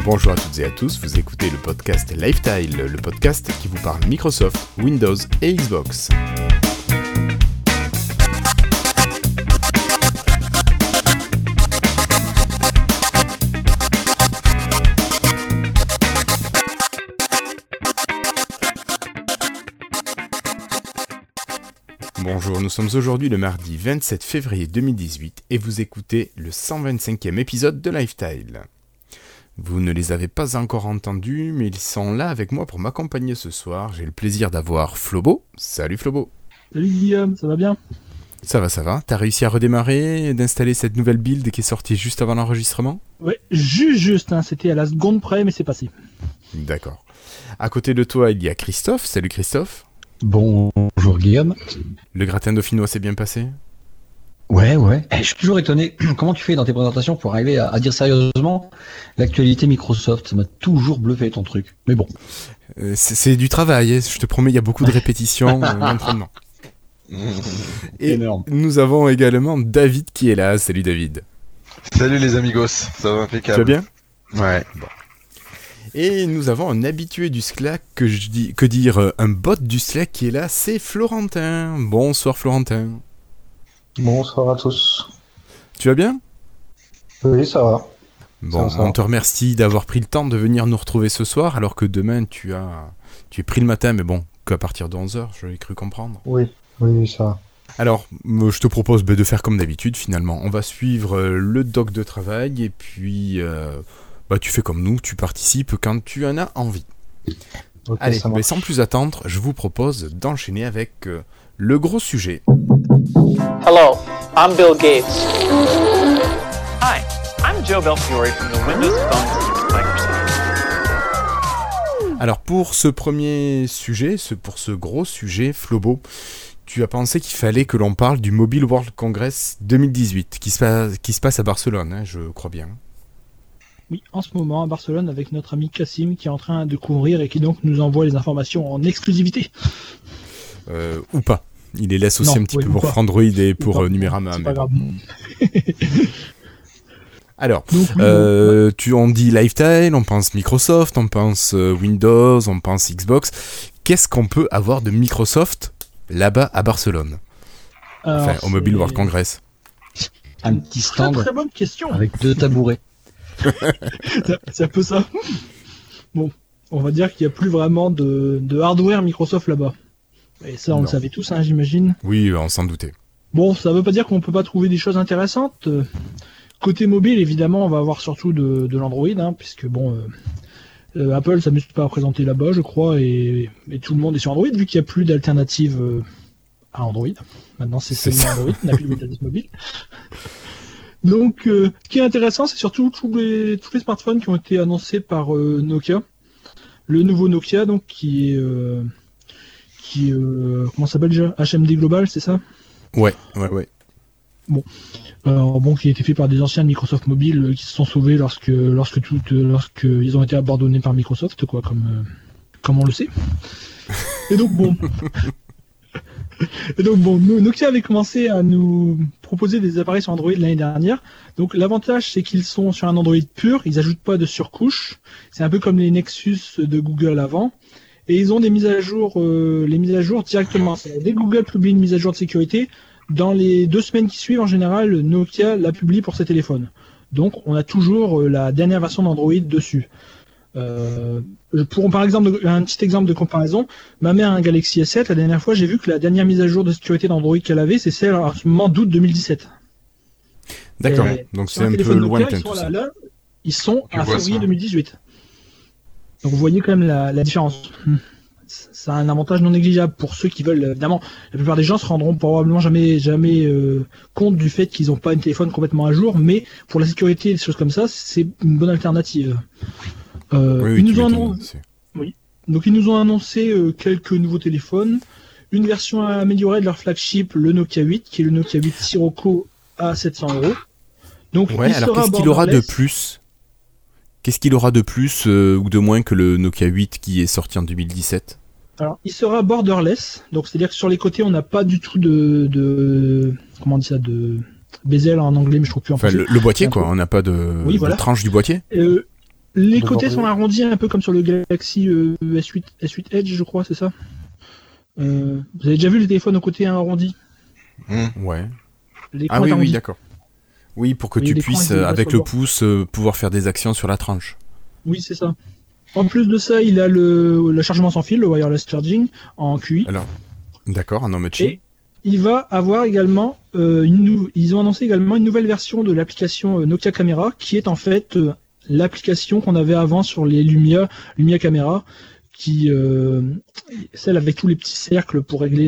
Bonjour à toutes et à tous, vous écoutez le podcast Lifestyle, le podcast qui vous parle Microsoft, Windows et Xbox. Bonjour, nous sommes aujourd'hui le mardi 27 février 2018 et vous écoutez le 125e épisode de Lifestyle. Vous ne les avez pas encore entendus, mais ils sont là avec moi pour m'accompagner ce soir. J'ai le plaisir d'avoir Flobo. Salut Flobo. Salut Guillaume, ça va bien ? Ça va. T'as réussi à redémarrer et d'installer cette nouvelle build qui est sortie juste avant l'enregistrement ? Ouais, juste, c'était à la seconde près, mais c'est passé. D'accord. À côté de toi, il y a Christophe. Salut Christophe. Bonjour Guillaume. Le gratin dauphinois s'est bien passé ? Ouais. Je suis toujours étonné. Comment tu fais dans tes présentations pour arriver à dire sérieusement l'actualité Microsoft ? Ça m'a toujours bluffé ton truc. Mais bon. C'est du travail, je te promets, il y a beaucoup de répétitions, d'entraînement. Et énorme. Nous avons également David qui est là. Salut David. Salut les amigos, ça va impeccable. Tu vas bien ? Ouais. Bon. Et nous avons un habitué du Slack, un bot du Slack qui est là, c'est Florentin. Bonsoir Florentin. Bonsoir à tous. Tu vas bien ? Oui, ça va. Bon, ça va. On te remercie d'avoir pris le temps de venir nous retrouver ce soir, alors que demain tu es pris le matin, mais bon, qu'à partir de 11h, je l'ai cru comprendre. Oui, ça va. Alors, je te propose de faire comme d'habitude finalement. On va suivre le doc de travail et puis tu fais comme nous, tu participes quand tu en as envie. Okay, allez, mais sans plus attendre, je vous propose d'enchaîner avec le gros sujet. Hello, I'm Bill Gates. Hi, I'm Joe Belfiore from the Windows Phone team at Microsoft. Alors pour ce premier sujet, pour ce gros sujet, Flobo, tu as pensé qu'il fallait que l'on parle du Mobile World Congress 2018, qui se passe à Barcelone, hein, je crois bien. Oui, en ce moment à Barcelone avec notre ami Cassim qui est en train de couvrir et qui donc nous envoie les informations en exclusivité. Ou pas. Il les laisse aussi un petit peu pour Frandroid et pour Numérama. C'est pas grave. Alors, on dit Lifestyle, on pense Microsoft, on pense Windows, on pense Xbox. Qu'est-ce qu'on peut avoir de Microsoft là-bas à Barcelone ? Au Mobile World Congress. Un petit stand très bonne question. avec 2 tabourets. C'est un peu ça. Bon, on va dire qu'il n'y a plus vraiment de hardware Microsoft là-bas. Et ça, on le savait tous, hein, j'imagine. Oui, on s'en doutait. Bon, ça veut pas dire qu'on peut pas trouver des choses intéressantes. Côté mobile, évidemment, on va avoir surtout de l'Android, hein, puisque Apple s'amuse pas à présenter là-bas, je crois, et tout le monde est sur Android, vu qu'il n'y a plus d'alternative à Android. Maintenant, c'est seulement Android, on n'a plus d'alternative mobile. Donc, ce qui est intéressant, c'est surtout tous les smartphones qui ont été annoncés par Nokia. Le nouveau Nokia, donc, qui est comment ça s'appelle déjà ? HMD Global, c'est ça ? Ouais. Bon. Qui a été fait par des anciens de Microsoft Mobile qui se sont sauvés lorsque ils ont été abandonnés par Microsoft, quoi, comme on le sait. Et donc Nokia avait commencé à nous proposer des appareils sur Android l'année dernière. Donc l'avantage, c'est qu'ils sont sur un Android pur, ils ajoutent pas de surcouche. C'est un peu comme les Nexus de Google avant. Et ils ont des mises à jour, les mises à jour directement. Dès que Google publie une mise à jour de sécurité, dans les 2 semaines qui suivent, en général, Nokia la publie pour ses téléphones. Donc on a toujours la dernière version d'Android dessus. Par exemple, un petit exemple de comparaison, ma mère a un Galaxy S7, la dernière fois j'ai vu que la dernière mise à jour de sécurité d'Android qu'elle avait, c'est celle en ce moment d'août 2017. D'accord, donc c'est un peu lointain tout ça. Ils sont à février 2018. Donc vous voyez quand même la différence. Ça a un avantage non négligeable pour ceux qui veulent. Évidemment, la plupart des gens se rendront probablement jamais compte du fait qu'ils n'ont pas un téléphone complètement à jour, mais pour la sécurité et des choses comme ça, c'est une bonne alternative. Oui, Donc ils nous ont annoncé quelques nouveaux téléphones, une version améliorée de leur flagship, le Nokia 8, qui est le Nokia 8 Sirocco à 700€. Donc alors qu'est-ce qu'il aura de plus ? Qu'est-ce qu'il aura de plus ou de moins que le Nokia 8 qui est sorti en 2017 ? Alors, il sera borderless, donc c'est-à-dire que sur les côtés, on n'a pas du tout de comment on dit ça, de bezel en anglais, mais je trouve plus en français. Le boîtier, quoi, on n'a pas de tranche du boîtier. Les De côtés bord. sont arrondis un peu comme sur le Galaxy S8 Edge, je crois, c'est ça. Vous avez déjà vu les téléphones aux côtés arrondis? Ouais. L'écran Ah oui, est oui, arrondi. d'accord. Oui, pour que Oui, tu l'écran puisses, est débat avec sur le le bord. pouce, pouvoir faire des actions sur la tranche. Oui, c'est ça. En plus de ça, il a le chargement sans fil, le wireless charging, en QI. Alors, d'accord, un Omochi. Et il va avoir également, ils ont annoncé également une nouvelle version de l'application Nokia Camera, qui est en fait l'application qu'on avait avant sur les Lumia Camera, celle avec tous les petits cercles pour régler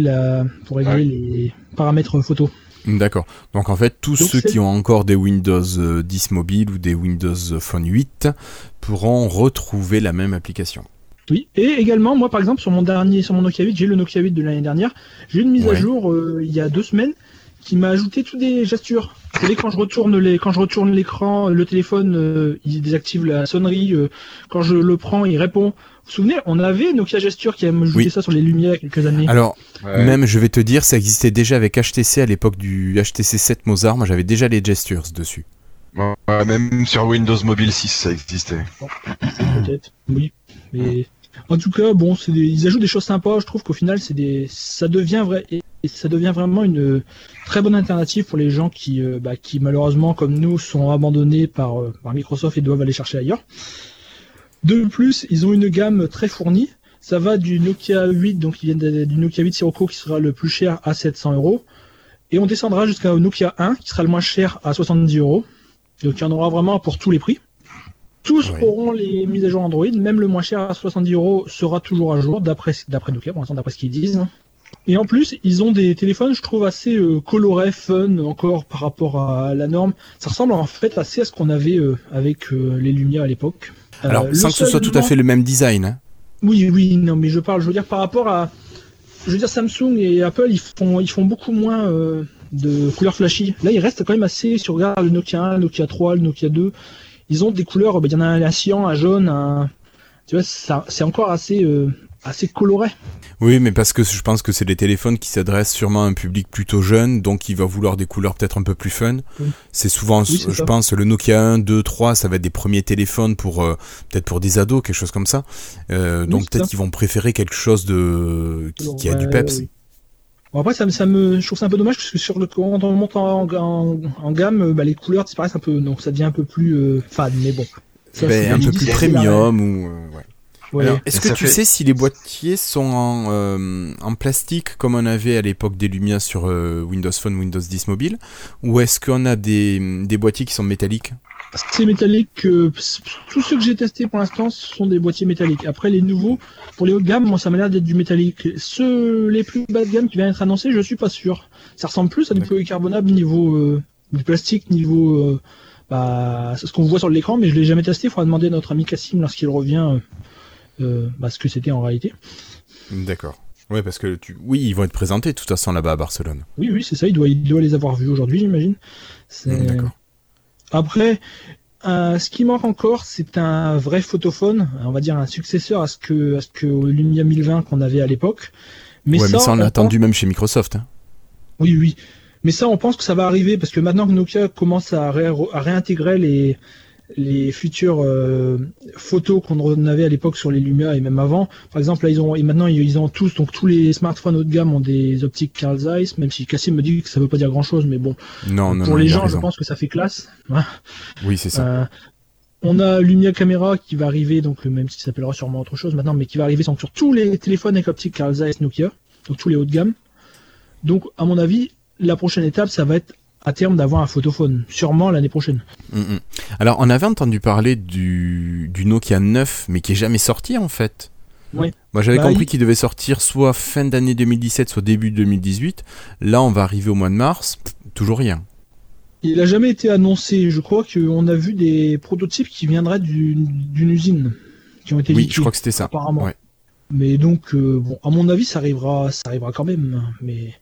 les paramètres photo. D'accord. Donc en fait, tous Donc, ceux c'est- qui ont encore des Windows 10 mobile ou des Windows Phone 8 pourront retrouver la même application. Oui, et également, moi par exemple, sur mon Nokia 8, j'ai le Nokia 8 de l'année dernière, j'ai une mise à Ouais. jour il y a 2 semaines qui m'a ajouté toutes des gestures. Vous savez, quand je retourne l'écran, le téléphone, il désactive la sonnerie, quand je le prends, il répond. Vous vous souvenez, on avait Nokia Gesture qui a ajouté Oui. ça sur les Lumières il y a quelques années. Alors, Ouais. même, je vais te dire, ça existait déjà avec HTC à l'époque du HTC 7 Mozart. Moi, j'avais déjà les gestures dessus. Ouais, même sur Windows Mobile 6, ça existait. Peut-être, oui. Mais en tout cas, bon, ils ajoutent des choses sympas. Je trouve qu'au final, ça devient vraiment une très bonne alternative pour les gens qui malheureusement, comme nous, sont abandonnés par Microsoft et doivent aller chercher ailleurs. De plus, ils ont une gamme très fournie. Ça va du Nokia 8, donc il vient du Nokia 8 Sirocco qui sera le plus cher à 700 €. Et on descendra jusqu'au Nokia 1 qui sera le moins cher à 70 €. Donc il y en aura vraiment pour tous les prix. Tous Ouais. auront les mises à jour Android, même le moins cher à 70 € sera toujours à jour, d'après Nokia, pour l'instant, d'après ce qu'ils disent. Et en plus, ils ont des téléphones, je trouve, assez colorés, fun, encore par rapport à la norme. Ça ressemble en fait assez à ce qu'on avait avec les Lumia à l'époque. Alors, Le sans que ce seul soit tout à manque- fait le même design. Hein. Oui, non, mais je veux dire par rapport à... Je veux dire, Samsung et Apple, ils font beaucoup moins de couleurs flashy. Là, ils restent quand même assez, si on regarde le Nokia 1, le Nokia 3, le Nokia 2, ils ont des couleurs, il y en a un cyan, un jaune, tu vois, c'est encore assez coloré. Oui, mais parce que je pense que c'est des téléphones qui s'adressent sûrement à un public plutôt jeune, donc il va vouloir des couleurs peut-être un peu plus fun. Oui. C'est souvent, Oui, c'est je ça. pense, le Nokia 1, 2, 3, ça va être des premiers téléphones pour peut-être pour des ados, quelque chose comme ça. Donc c'est peut-être ça. qu'ils vont préférer quelque chose qui a du peps. Oui. Bon, après, je trouve ça un peu dommage parce que quand on monte en gamme, les couleurs disparaissent un peu, donc ça devient un peu plus fade, mais bon. Ça, c'est Un peu dit, plus c'est premium ou ouais. Ouais. Alors, est-ce Et que ça tu fait- sais si les boîtiers sont en plastique comme on avait à l'époque des Lumia sur Windows Phone, Windows 10 mobile, ou est-ce qu'on a des boîtiers qui sont métalliques? C'est métallique. Tous ceux que j'ai testés pour l'instant sont des boîtiers métalliques. Après, les nouveaux, pour les haut de gamme, moi, ça m'a l'air d'être du métallique. Ceux les plus bas de gamme qui viennent d'être annoncés, je suis pas sûr. Ça ressemble plus à du D'accord. polycarbonate niveau du plastique, niveau c'est ce qu'on voit sur l'écran, mais je l'ai jamais testé. Il faudra demander à notre ami Cassim lorsqu'il revient ce que c'était en réalité. D'accord. Ouais, parce que oui, ils vont être présentés de toute façon là-bas à Barcelone. Oui, c'est ça. Il doit les avoir vus aujourd'hui, j'imagine. D'accord. Après, ce qui manque encore, c'est un vrai photophone, on va dire un successeur à ce que Lumia 1020 qu'on avait à l'époque. Mais ça, on l'a pense- attendu même chez Microsoft. Hein. Oui. Mais ça, on pense que ça va arriver parce que maintenant que Nokia commence à réintégrer les futures photos qu'on avait à l'époque sur les Lumia et même avant. Par exemple, là, maintenant ils ont tous les smartphones haut de gamme ont des optiques Carl Zeiss, même si Cassim me dit que ça veut pas dire grand chose, mais bon. Non, pour les il a gens, je raison. pense que ça fait classe. Oui, c'est ça. On a Lumia Camera qui va arriver, donc même si ça s'appellera sûrement autre chose maintenant, mais qui va arriver sur tous les téléphones avec optique Carl Zeiss Nokia, donc tous les hauts de gamme. Donc, à mon avis, la prochaine étape, ça va être à terme d'avoir un photophone, sûrement l'année prochaine. Alors, on avait entendu parler du Nokia 9, mais qui est jamais sorti en fait. Ouais. Moi, j'avais Bah, compris qu'il devait sortir soit fin d'année 2017, soit début 2018. Là, on va arriver au mois de mars, toujours rien. Il n'a jamais été annoncé. Je crois qu'on a vu des prototypes qui viendraient d'une usine, qui ont été Oui, leakés, je crois que c'était ça. apparemment. Ouais. Mais donc, à mon avis, ça arrivera quand même. Mais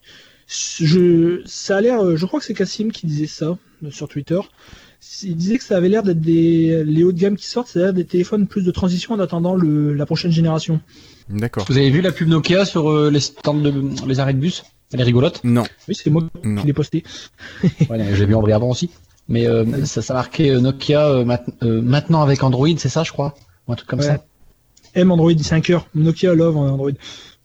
ça a l'air. Je crois que c'est Cassim qui disait ça sur Twitter. Il disait que ça avait l'air d'être les hauts de gamme qui sortent, ça a l'air des téléphones plus de transition en attendant la prochaine génération. D'accord. Vous avez vu la pub Nokia sur les stands les arrêts de bus? Elle est rigolote. Non. Oui, c'est moi Non. qui l'ai posté. Ouais, j'ai vu en avant aussi. Mais ça marquait Nokia maintenant avec Android, c'est ça, je crois, ou un truc comme Ouais. ça. M Android 5 heures. Nokia Love en Android.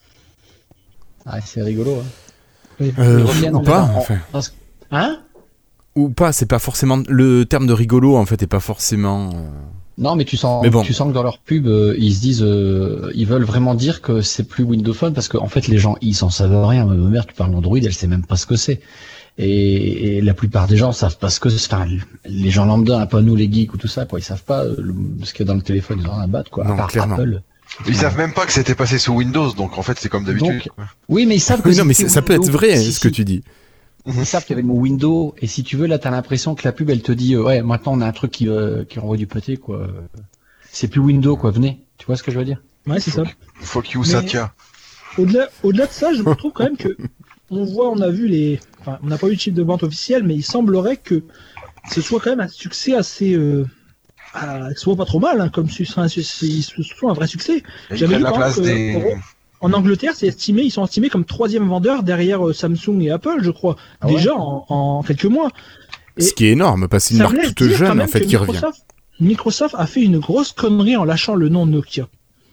Ah, c'est rigolo. Hein. Oui. Ils reviennent Ou pas, en- enfin. Hein? Ou pas, c'est pas forcément... Le terme de rigolo, en fait, est pas forcément... Non, mais tu sens, Mais bon. tu sens que dans leur pub, ils se disent, ils veulent vraiment dire que c'est plus Windows Phone parce qu'en fait, les gens, ils s'en savent rien. Ma mère, tu parles d'Android, elle sait même pas ce que c'est. Et la plupart des gens savent pas ce que c'est. Enfin, les gens lambda, pas nous les geeks ou tout ça, quoi. Ils savent pas ce qu'il y a dans le téléphone, ils ont rien à battre, quoi. Non, à part clairement. Apple. Ils savent même pas que c'était passé sous Windows, donc en fait c'est comme d'habitude. Donc, quoi. Oui, mais ils savent que Oui, non, mais c'était ça peut être Windows. vrai, Si, ce que si. tu dis. Ils savent qu'il y avait le mot Windows, et si tu veux, là, t'as l'impression que la pub, elle te dit, ouais, maintenant on a un truc qui renvoie du pâté, quoi. C'est plus Windows, quoi, venez. Tu vois ce que je veux dire? Ouais, c'est ça. Fuck you Mais- Satya. Au-delà de ça, je trouve quand même que on a vu enfin, on n'a pas eu de chiffre de vente officiel, mais il semblerait que ce soit quand même un succès assez, soit pas trop mal, hein, comme ce soit un vrai succès. Ils J'avais prennent vu la par place exemple, des... En Angleterre, ils sont estimés comme 3e vendeur derrière Samsung et Apple, je crois, Ah ouais. déjà en quelques mois. Et Ce qui est énorme, parce que c'est une ça me marque laisse toute dire quand jeune, même en fait, que qui revient. Microsoft a fait une grosse connerie en lâchant le nom Nokia.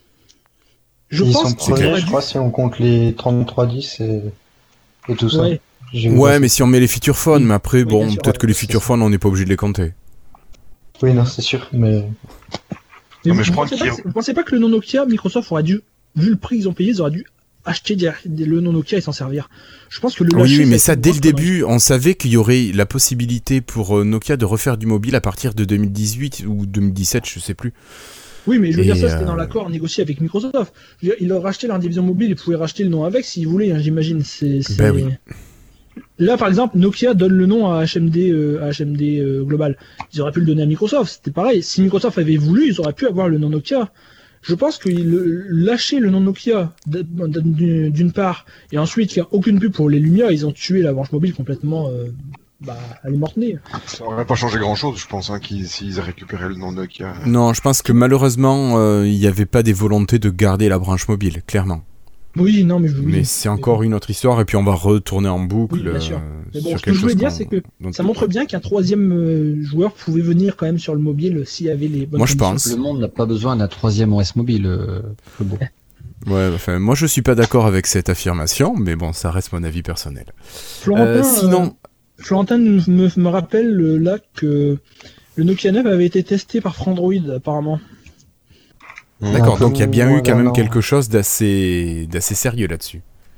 Je Ils pense sont qu'il premiers, aurait je dû- crois, si on compte les 3310 et tout ça. Ouais. J'ai vu Ouais, passer. mais si on met les feature phones, mais après, Oui, bon, bien sûr, peut-être ouais, que les c'est feature ça. phones, on n'est pas obligé de les compter. Oui, non, c'est sûr, mais Non, mais je vous crois pensez qu'il y pas a- vous pensez pas que le nom Nokia, Microsoft aurait dû, vu le prix qu'ils ont payé, ils auraient dû acheter le nom Nokia et s'en servir. Je pense que le lâcher, Oui, mais a été ça, une dès le grosse connerie. début, on savait qu'il y aurait la possibilité pour Nokia de refaire du mobile à partir de 2018 ou 2017, je sais plus. Oui, mais je veux dire, Et, ça, c'était dans l'accord négocié avec Microsoft. Je veux dire, ils leur rachetaient leur division mobile, ils pouvaient racheter le nom avec s'ils voulaient, hein, j'imagine. Ben oui. Là, par exemple, Nokia donne le nom à HMD, Global. Ils auraient pu le donner à Microsoft, c'était pareil. Si Microsoft avait voulu, ils auraient pu avoir le nom Nokia. Je pense que lâcher le nom Nokia, d'une part, et ensuite faire aucune pub pour les Lumia, ils ont tué la branche mobile complètement, elle est morte-née. Ça aurait pas changé grand chose, je pense, hein, s'ils récupéraient le nom Nokia. Non, je pense que malheureusement, il n'y avait pas des volontés de garder la branche mobile, clairement. Oui, non, mais Mais c'est encore une autre histoire, et puis on va retourner en boucle Oui, bien sûr. Mais bon, sur ce que quelque je voulais chose dire, qu'on- c'est que dont- ça montre bien qu'un troisième joueur pouvait venir quand même sur le mobile s'il y avait les bonnes Moi, je conditions. pense. Le monde n'a pas besoin d'un troisième OS mobile, Flobo. Ouais, enfin, moi je suis pas d'accord avec cette affirmation, mais bon, ça reste mon avis personnel. Sinon, Florentin me rappelle là que le Nokia 9 avait été testé par Frandroid apparemment. d'accord, donc il y a bien eu quand même non. quelque chose d'assez sérieux là-dessus.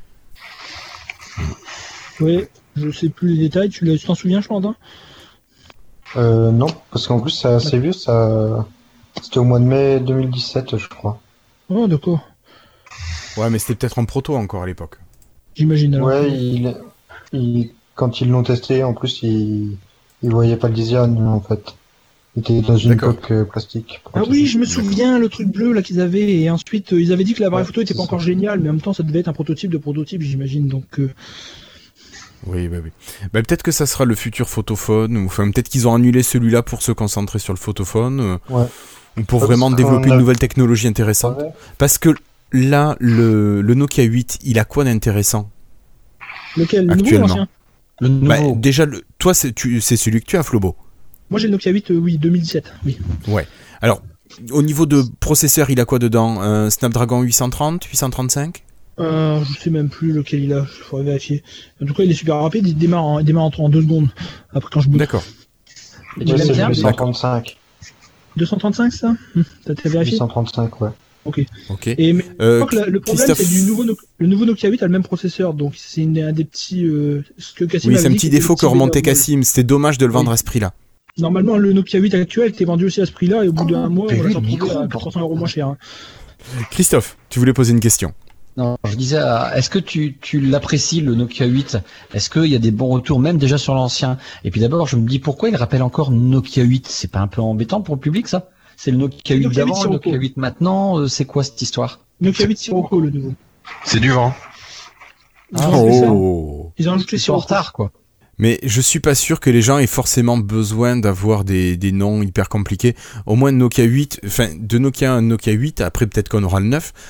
Oui, je sais plus les détails, tu t'en souviens Florentin? Non, parce qu'en plus c'est assez vieux, ça. C'était au mois de mai 2017, je crois. Oh d'accord, Ouais, mais c'était peut-être en proto encore à l'époque. j'imagine alors. Ouais, quand ils l'ont testé, en plus, ils voyaient pas le design, en fait. Il était dans une D'accord. coque plastique. Ah oui, je me souviens, le truc bleu là qu'ils avaient, et ensuite ils avaient dit que l'appareil Ouais, photo était c'est pas encore ça. génial, mais en même temps ça devait être un prototype de prototype, j'imagine, donc... Oui, oui, oui. Bah, peut-être que ça sera le futur photophone, ou enfin peut-être qu'ils ont annulé celui-là pour se concentrer sur le photophone, Ouais. ou pour Parce vraiment qu'on développer a- une nouvelle technologie intéressante. Ouais. Parce que là, le Nokia 8, il a quoi d'intéressant? Lequel? Le nouveau ou Actuellement. l'ancien? Le nouveau. Bah, déjà, toi, c'est celui que tu as, Flobo. Moi j'ai le Nokia 8, oui, 2017, oui. Ouais. Alors, au niveau de processeur, il a quoi dedans? Un Snapdragon 830, 835? Je sais même plus lequel il a, il faudrait vérifier. En tout cas, il est super rapide, il démarre en 2 secondes. Après, quand je boot. D'accord. Et tu Ouais, l'aimes c'est bien? le 135. 235, ça T'as vérifié 835, ouais. Ok. Et mais, je crois que le problème, Christophe- c'est le nouveau Nokia 8 a le même processeur, donc c'est un des petits. Ce que Cassim Oui, avait c'est un dit, petit c'était défaut le que remontait petit Cassim. C'était dommage de le vendre Oui. à ce prix-là. Normalement, le Nokia 8 actuel était vendu aussi à ce prix-là, et au bout d'un mois, t'as on l'a vu retrouvé le micro, à bordel. 400 € moins cher. Hein. Christophe, tu voulais poser une question. Non, je disais, est-ce que tu l'apprécies, le Nokia 8? Est-ce qu'il y a des bons retours, même déjà sur l'ancien? Et puis d'abord, je me dis, pourquoi il rappelle encore Nokia 8? C'est pas un peu embêtant pour le public, ça? C'est le Nokia 8 Nokia 8 d'avant, le Sirocco. Nokia 8 maintenant, c'est quoi cette histoire? Nokia 8 Sirocco, le nouveau. C'est du vent. Ils ont rajouté ça. Oh. Ils ont rajouté Ils sont en Sirocco. retard, quoi. Mais je suis pas sûr que les gens aient forcément besoin d'avoir des noms hyper compliqués. Au moins de Nokia 8, enfin de Nokia 1 Nokia 8, après peut-être qu'on aura le 9.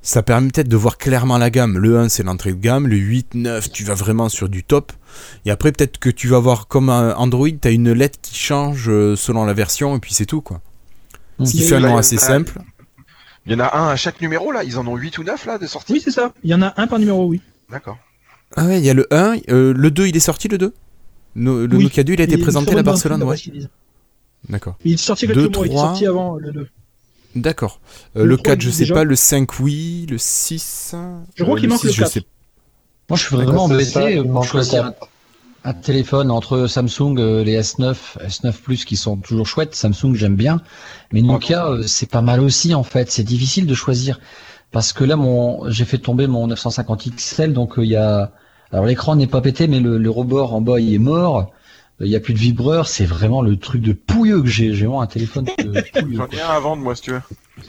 Ça permet peut-être de voir clairement la gamme. Le 1, c'est l'entrée de gamme. Le 8, 9, tu vas vraiment sur du top. Et après, peut-être que tu vas voir comme Android, tu as une lettre qui change selon la version, et puis c'est tout, quoi. Ce qui fait un nom assez simple. Il y en a un à chaque numéro, là. Ils en ont 8 ou 9, là, de sortie. Oui, c'est ça. Il y en a un par numéro, oui. D'accord. Ah ouais, il y a le 1. Le 2, il est sorti, le 2 Le Oui. Nokia 2, il a été présenté à Barcelone, ouais. Qu'ils disent. D'accord. Il est sorti quelques mois, il est sorti avant le 2. D'accord. Le Le 3, 4, je sais déjà. pas. Le 5, oui. Le 6... Je crois qu'il manque 6, le je 4. sais. Moi, je suis vraiment C'est embêté ça, il pour manque choisir le un téléphone entre Samsung, les S9, S9 Plus qui sont toujours chouettes. Samsung, j'aime bien. Mais Nokia, c'est pas mal aussi, en fait. C'est difficile de choisir. Parce que là, j'ai fait tomber mon 950 XL, donc il y a... Alors, l'écran n'est pas pété, mais le rebord en bas, il est mort. Il y a plus de vibreur. C'est vraiment le truc de pouilleux que j'ai. J'ai vraiment un téléphone de pouilleux. J'en ai un à vendre, moi, si tu veux.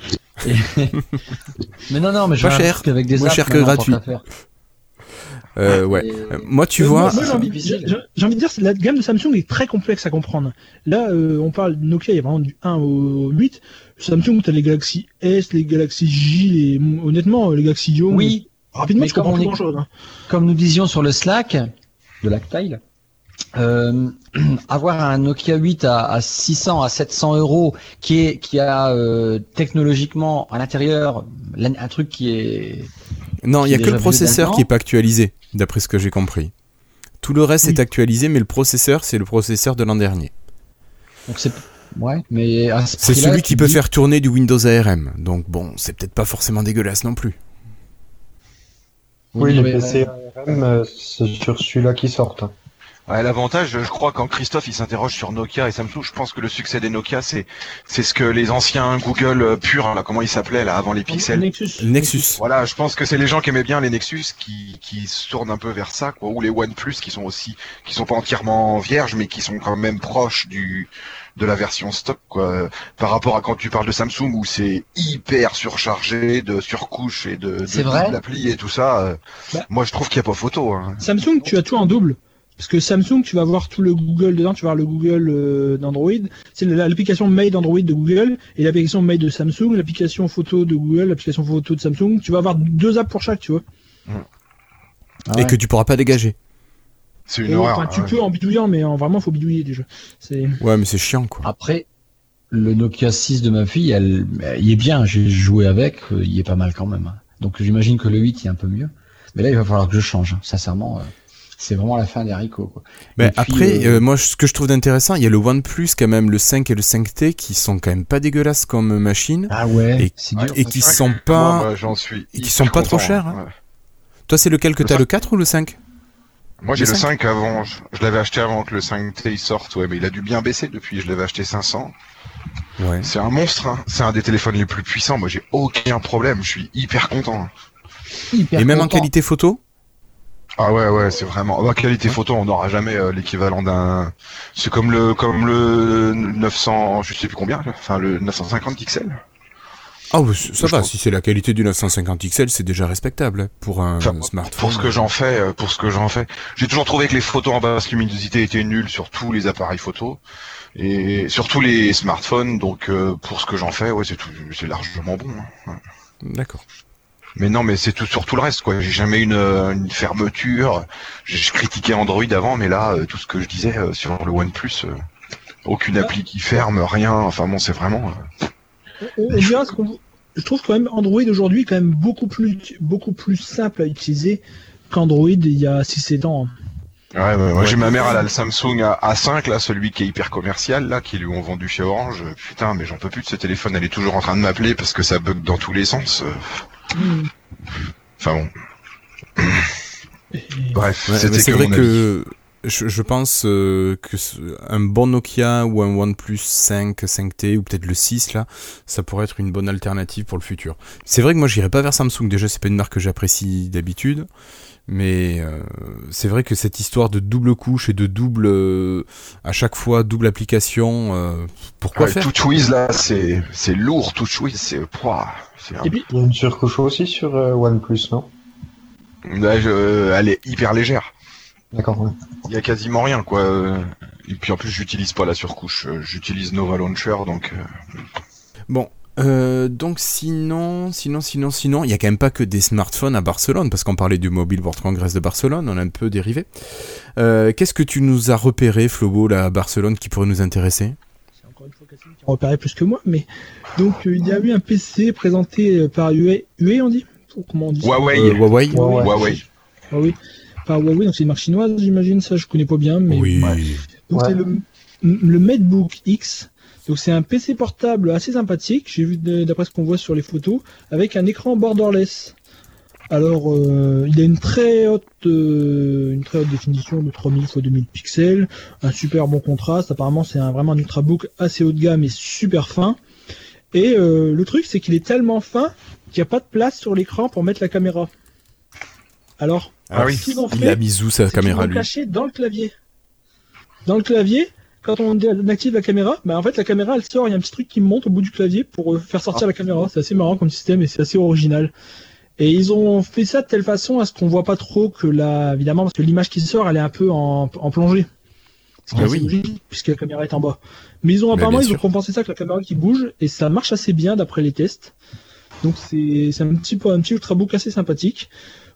Mais non, mais je Pas cher. avec des Moins apps cher que maintenant, tant gratuit. qu'à faire. Ouais. Et, Moi, tu vois... Moi, j'ai envie de dire que la gamme de Samsung est très complexe à comprendre. Là, on parle de Nokia, il y a vraiment du 1 au 8. Samsung, tu as les Galaxy S, les Galaxy J, honnêtement, les Galaxy Young. Oui, Rapidement, mais je comprends comme plus on est- grand chose. Hein. comme nous disions sur le Slack de Lactile, avoir un Nokia 8 à 600 à 700 euros qui a technologiquement à l'intérieur un truc qui est Non, il y a qui est que le déjà processeur vieux qui est pas actualisé, d'après ce que j'ai compris. Tout le reste Oui. est actualisé, mais le processeur, c'est le processeur de l'an dernier. donc c'est ouais, mais à ce C'est prix-là, celui tu qui peut dis- faire tourner du Windows ARM. Donc bon, c'est peut-être pas forcément dégueulasse non plus. Oui, non, les mais, PC ARM, c'est sur celui-là qui sortent. Ouais, l'avantage, je crois, quand Christophe il s'interroge sur Nokia et Samsung, je pense que le succès des Nokia, c'est ce que les anciens Google purs, là, comment ils s'appelaient là avant les pixels. Nexus. Voilà, je pense que c'est les gens qui aimaient bien les Nexus qui se tournent un peu vers ça, quoi, ou les OnePlus qui sont pas entièrement vierges, mais qui sont quand même proches de la version stock, quoi. Par rapport à quand tu parles de Samsung où c'est hyper surchargé de surcouches et de C'est vrai l'appli et tout ça. Bah. Moi, je trouve qu'il y a pas photo. Hein. Samsung, tu as tout en double. Parce que Samsung, tu vas avoir tout le Google dedans, tu vas avoir le Google d'Android. C'est l'application Made Android de Google et l'application Made de Samsung, l'application photo de Google, l'application photo de Samsung. Tu vas avoir 2 apps pour chaque, tu vois. Ah Et ouais. que tu pourras pas dégager. C'est une Et horreur. enfin, tu hein. peux en bidouillant, mais vraiment, faut bidouiller déjà. C'est... Ouais, mais c'est chiant, quoi. Après, le Nokia 6 de ma fille, il est bien, j'ai joué avec, il est pas mal quand même. Donc j'imagine que le 8 est un peu mieux. Mais là, il va falloir que je change, hein. Sincèrement. C'est vraiment la fin des haricots, quoi. Mais Et puis, après, moi, ce que je trouve d'intéressant, il y a le OnePlus, quand même, le 5 et le 5T, qui sont quand même pas dégueulasses comme machine, Ah ouais, et- c'est dur. et qui C'est vrai sont que pas... moi, j'en suis et qui hyper sont pas trop content, chers, hein. ouais. Toi, c'est lequel que Le t'as, 5. le 4 ou le 5? Moi, j'ai Le le 5. 5 avant. Je l'avais acheté avant que le 5T il sorte, ouais, mais il a dû bien baisser depuis. Je l'avais acheté 500. Ouais. C'est un monstre, hein. C'est un des téléphones les plus puissants. Moi, j'ai aucun problème. Je suis hyper content. Hyper Et même en content. qualité photo? Ah ouais, c'est vraiment. Bah, qualité photo, on n'aura jamais l'équivalent d'un. C'est comme le 900, je sais plus combien, là. Enfin le 950 XL. Ah, bah, ça Je va, trouve. si c'est la qualité du 950 XL, c'est déjà respectable, hein, pour un Enfin, smartphone. pour ce que j'en fais, j'ai toujours trouvé que les photos en basse luminosité étaient nulles sur tous les appareils photo et sur tous les smartphones. Donc pour ce que j'en fais, ouais, c'est largement bon. Hein. D'accord. Mais non, mais c'est tout sur tout le reste, quoi. J'ai jamais une fermeture. Je critiquais Android avant, mais là, tout ce que je disais sur le OnePlus, aucune appli qui ferme, rien. Enfin bon, c'est vraiment. On dira ce qu'on... Je trouve quand même Android aujourd'hui est quand même beaucoup plus simple à utiliser qu'Android il y a 6-7 ans. Ouais, moi Ouais. j'ai ma mère, elle a le Samsung A5, là, celui qui est hyper commercial, là, qui lui ont vendu chez Orange. Putain, mais j'en peux plus de ce téléphone, elle est toujours en train de m'appeler parce que ça bug dans tous les sens. Enfin bon. Bref, Ouais, mais c'était c'est que vrai mon avis. que je pense que un bon Nokia ou un OnePlus 5, 5T ou peut-être le 6 là, ça pourrait être une bonne alternative pour le futur. C'est vrai que moi j'irais pas vers Samsung, déjà c'est pas une marque que j'apprécie d'habitude, mais c'est vrai que cette histoire de double couche et de double à chaque fois double application, pourquoi Ouais, faire? TouchWiz, là, c'est lourd, TouchWiz, c'est un... Et puis, Il y a une surcouche aussi sur OnePlus, non? Là, elle est hyper légère. D'accord, ouais. Il y a quasiment rien, quoi. Et puis en plus, j'utilise pas la surcouche. J'utilise Nova Launcher, donc. Bon, Donc sinon, il y a quand même pas que des smartphones à Barcelone, parce qu'on parlait du Mobile World Congress de Barcelone, on a un peu dérivé. Qu'est-ce que tu nous as repéré, Flobo, là, à Barcelone, qui pourrait nous intéresser? C'est encore une fois Cassine qui a repéré plus que moi, mais donc il y a eu un PC présenté par Huawei, on dit? Comment on dit ça? Huawei. Huawei. Par Huawei, donc c'est une marque chinoise, j'imagine, ça je connais pas bien, mais Oui. donc c'est le MateBook X. Donc c'est un PC portable assez sympathique, j'ai vu d'après ce qu'on voit sur les photos, avec un écran borderless. Alors il a une très haute définition de 3000 x 2000 pixels, un super bon contraste, apparemment c'est vraiment un ultrabook assez haut de gamme et super fin. Et le truc c'est qu'il est tellement fin qu'il n'y a pas de place sur l'écran pour mettre la caméra. Alors, ce qu'ils ont fait, il a mis où sa caméra, lui? Ils l'ont caché dans le clavier. Dans le clavier, quand on active la caméra, bah en fait la caméra elle sort, il y a un petit truc qui monte au bout du clavier pour faire sortir la caméra. C'est assez marrant comme système et c'est assez original. Et ils ont fait ça de telle façon à ce qu'on voit pas trop que évidemment, parce que l'image qui sort elle est un peu en plongée. Logique, puisque la caméra est en bas. Mais ils ont compensé ça avec la caméra qui bouge et ça marche assez bien d'après les tests. Donc c'est un petit ultrabook assez sympathique.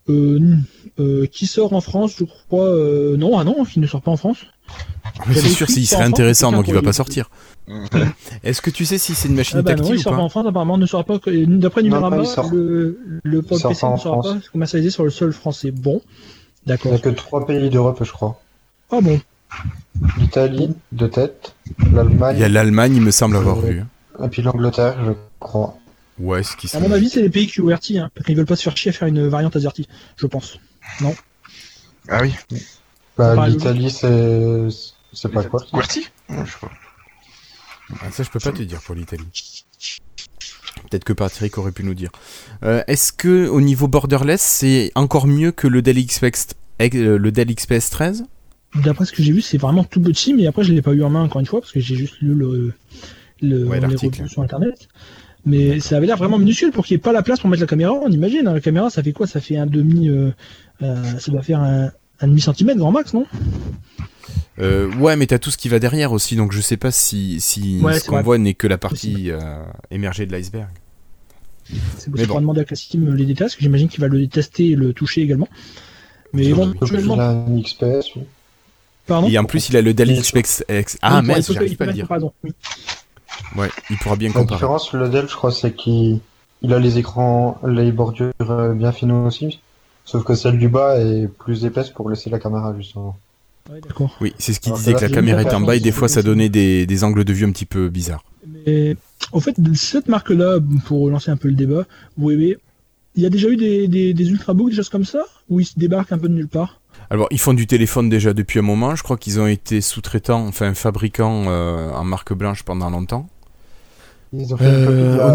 Qui sort en France, je crois. Non, qui ne sort pas en France. Mais c'est sûr, s'il serait intéressant, donc il va pas sortir. Est-ce que tu sais si c'est une machine tactile non, il sort pas en France, apparemment, ne sort pas. D'après Numérama, le pop PC ne sera pas commercialisé sur le sol français. Bon, d'accord. Il n'y a que 3 pays d'Europe, je crois. Ah bon. L'Italie, de tête. L'Allemagne. Il y a l'Allemagne, il me semble avoir vu. Et puis l'Angleterre, je crois. Ouais, ce qui à mon avis, c'est les pays QWERTY, parce qu'ils veulent pas se faire chier à faire une variante AZERTY, je pense. Non. Ah oui. L'Italie, c'est pas QWERTY. QWERTY ? Je sais pas. Ça, je peux pas te dire pour l'Italie. Peut-être que Patrick aurait pu nous dire. Est-ce que au niveau borderless, c'est encore mieux que le Dell XPS 13 ? D'après ce que j'ai vu, c'est vraiment tout petit, mais après, je l'ai pas eu en main encore une fois, parce que j'ai juste lu les reviews sur Internet. Mais ça avait l'air vraiment minuscule pour qu'il n'y ait pas la place pour mettre la caméra. On imagine, la caméra, ça fait quoi? Ça fait ça doit faire un demi-centimètre grand max, non? Ouais, mais t'as tout ce qui va derrière aussi, donc je sais pas si ce qu'on voit n'est que la partie émergée de l'iceberg. C'est possible de demander à Cassim les détails, parce que j'imagine qu'il va le tester et le toucher également. Mais éventuellement... Il a un XPS, oui. Pardon? Et en plus, il a le Dell XPS... Ah, mais j'arrive pas à le dire. Pardon, oui. Ouais, il pourra bien La comparer. différence, le Dell, je crois, c'est qu'il a les écrans, les bordures bien fines aussi. Sauf que celle du bas est plus épaisse pour laisser la caméra, justement. Ouais, d'accord. Oui, c'est ce qu'il disait, que la caméra est en bas et des fois ça donnait des angles de vue un petit peu bizarres. Mais au fait, cette marque-là, pour lancer un peu le débat, il y a déjà eu des ultrabooks, des choses comme ça, où ils se débarquent un peu de nulle part? Alors, ils font du téléphone déjà depuis un moment. Je crois qu'ils ont été sous-traitants, enfin fabricants en marque blanche pendant longtemps. Ils ont fait au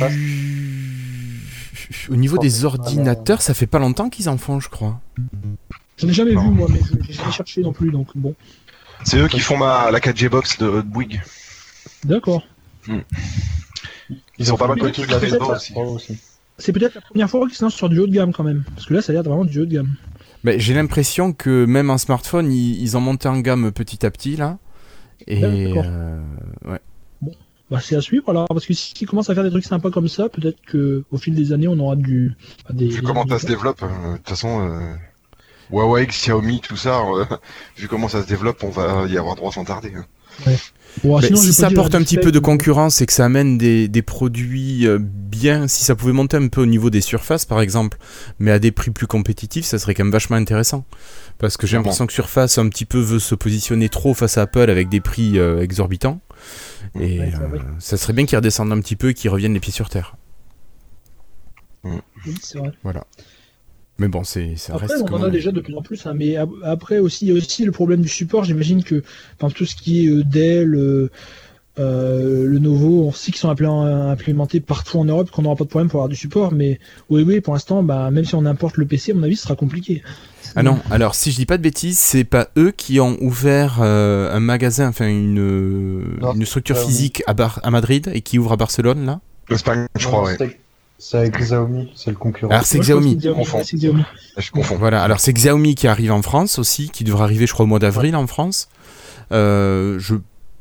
niveau des ordinateurs, ça fait pas longtemps qu'ils en font, je crois. J'en ai jamais vu, moi, mais j'ai jamais cherché non plus, donc bon. C'est eux qui font la 4G Box de Bouygues. D'accord. Ils ont pas mal coté de la Facebook aussi. C'est peut-être la première fois qu'ils se lancent sur du haut de gamme quand même, parce que là, ça a l'air vraiment du haut de gamme. Mais j'ai l'impression que même en smartphone, ils ont monté en gamme petit à petit, là. Et ouais. Bon, c'est à suivre alors, parce que s'ils commencent à faire des trucs sympas comme ça, peut-être qu'au fil des années, on aura vu comment ça se développe, de toute façon, Huawei, Xiaomi, tout ça, vu comment ça se développe, on va y avoir droit sans tarder. Ouais. Bon, sinon, si ça apporte un petit peu de concurrence et que ça amène des produits bien, si ça pouvait monter un peu au niveau des surfaces par exemple, mais à des prix plus compétitifs, ça serait quand même vachement intéressant. Parce que j'ai l'impression que Surface un petit peu veut se positionner trop face à Apple avec des prix exorbitants. Et ça serait bien qu'ils redescendent un petit peu et qu'ils reviennent les pieds sur terre. Oui, c'est vrai. Voilà. Mais bon, ça après, reste. On en a déjà de plus en plus, hein, mais après aussi, il y a aussi le problème du support. J'imagine que dans tout ce qui est Dell, le Lenovo, on sait qu'ils sont implémentés partout en Europe, qu'on n'aura pas de problème pour avoir du support. Mais oui, pour l'instant, même si on importe le PC, à mon avis, ce sera compliqué. Ah non, alors si je dis pas de bêtises, c'est pas eux qui ont ouvert un magasin, enfin une structure physique à Madrid et qui ouvre à Barcelone là. L'Espagne, je crois, ouais. C'est avec Xiaomi, c'est le concurrent. Alors c'est Xiaomi. Je confonds. Voilà, alors c'est Xiaomi qui arrive en France aussi, qui devrait arriver je crois au mois d'avril en France.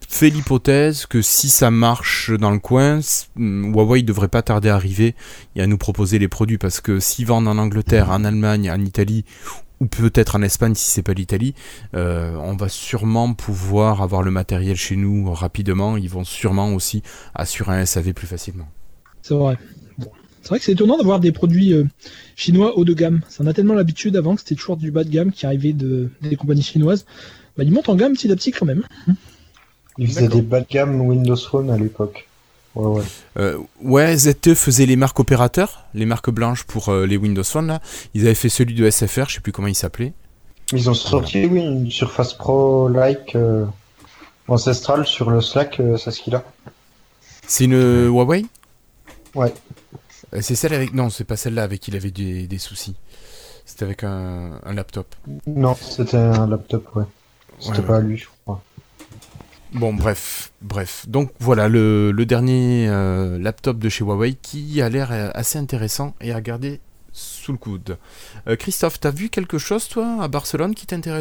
fait l'hypothèse que si ça marche dans le coin, Huawei devrait pas tarder à arriver et à nous proposer les produits, parce que s'ils vendent en Angleterre, en Allemagne, en Italie, ou peut-être en Espagne si c'est pas l'Italie, on va sûrement pouvoir avoir le matériel chez nous rapidement. Ils vont sûrement aussi assurer un SAV plus facilement. C'est vrai. Bon. C'est vrai que c'est étonnant d'avoir des produits chinois haut de gamme. Ça en a tellement l'habitude avant que c'était toujours du bas de gamme qui arrivait des compagnies chinoises. Bah, ils montent en gamme petit à petit quand même. Ils faisaient des bas de gamme Windows Phone à l'époque. Ouais, ZTE faisait les marques opérateurs, les marques blanches pour les Windows Phone là. Ils avaient fait celui de SFR, je sais plus comment il s'appelait. Ils ont sorti une Surface Pro like ancestrale sur le Slack, c'est ce qu'il a. C'est une Huawei ? Ouais. C'est celle avec... Non, c'est pas celle-là avec qui il avait des soucis. C'était avec un laptop. Non, c'était un laptop, ouais. C'était pas lui, je crois. Bon, bref. Donc voilà, le dernier laptop de chez Huawei qui a l'air assez intéressant et à garder sous le coude. Christophe, t'as vu quelque chose, toi, à Barcelone qui t'intéressait ?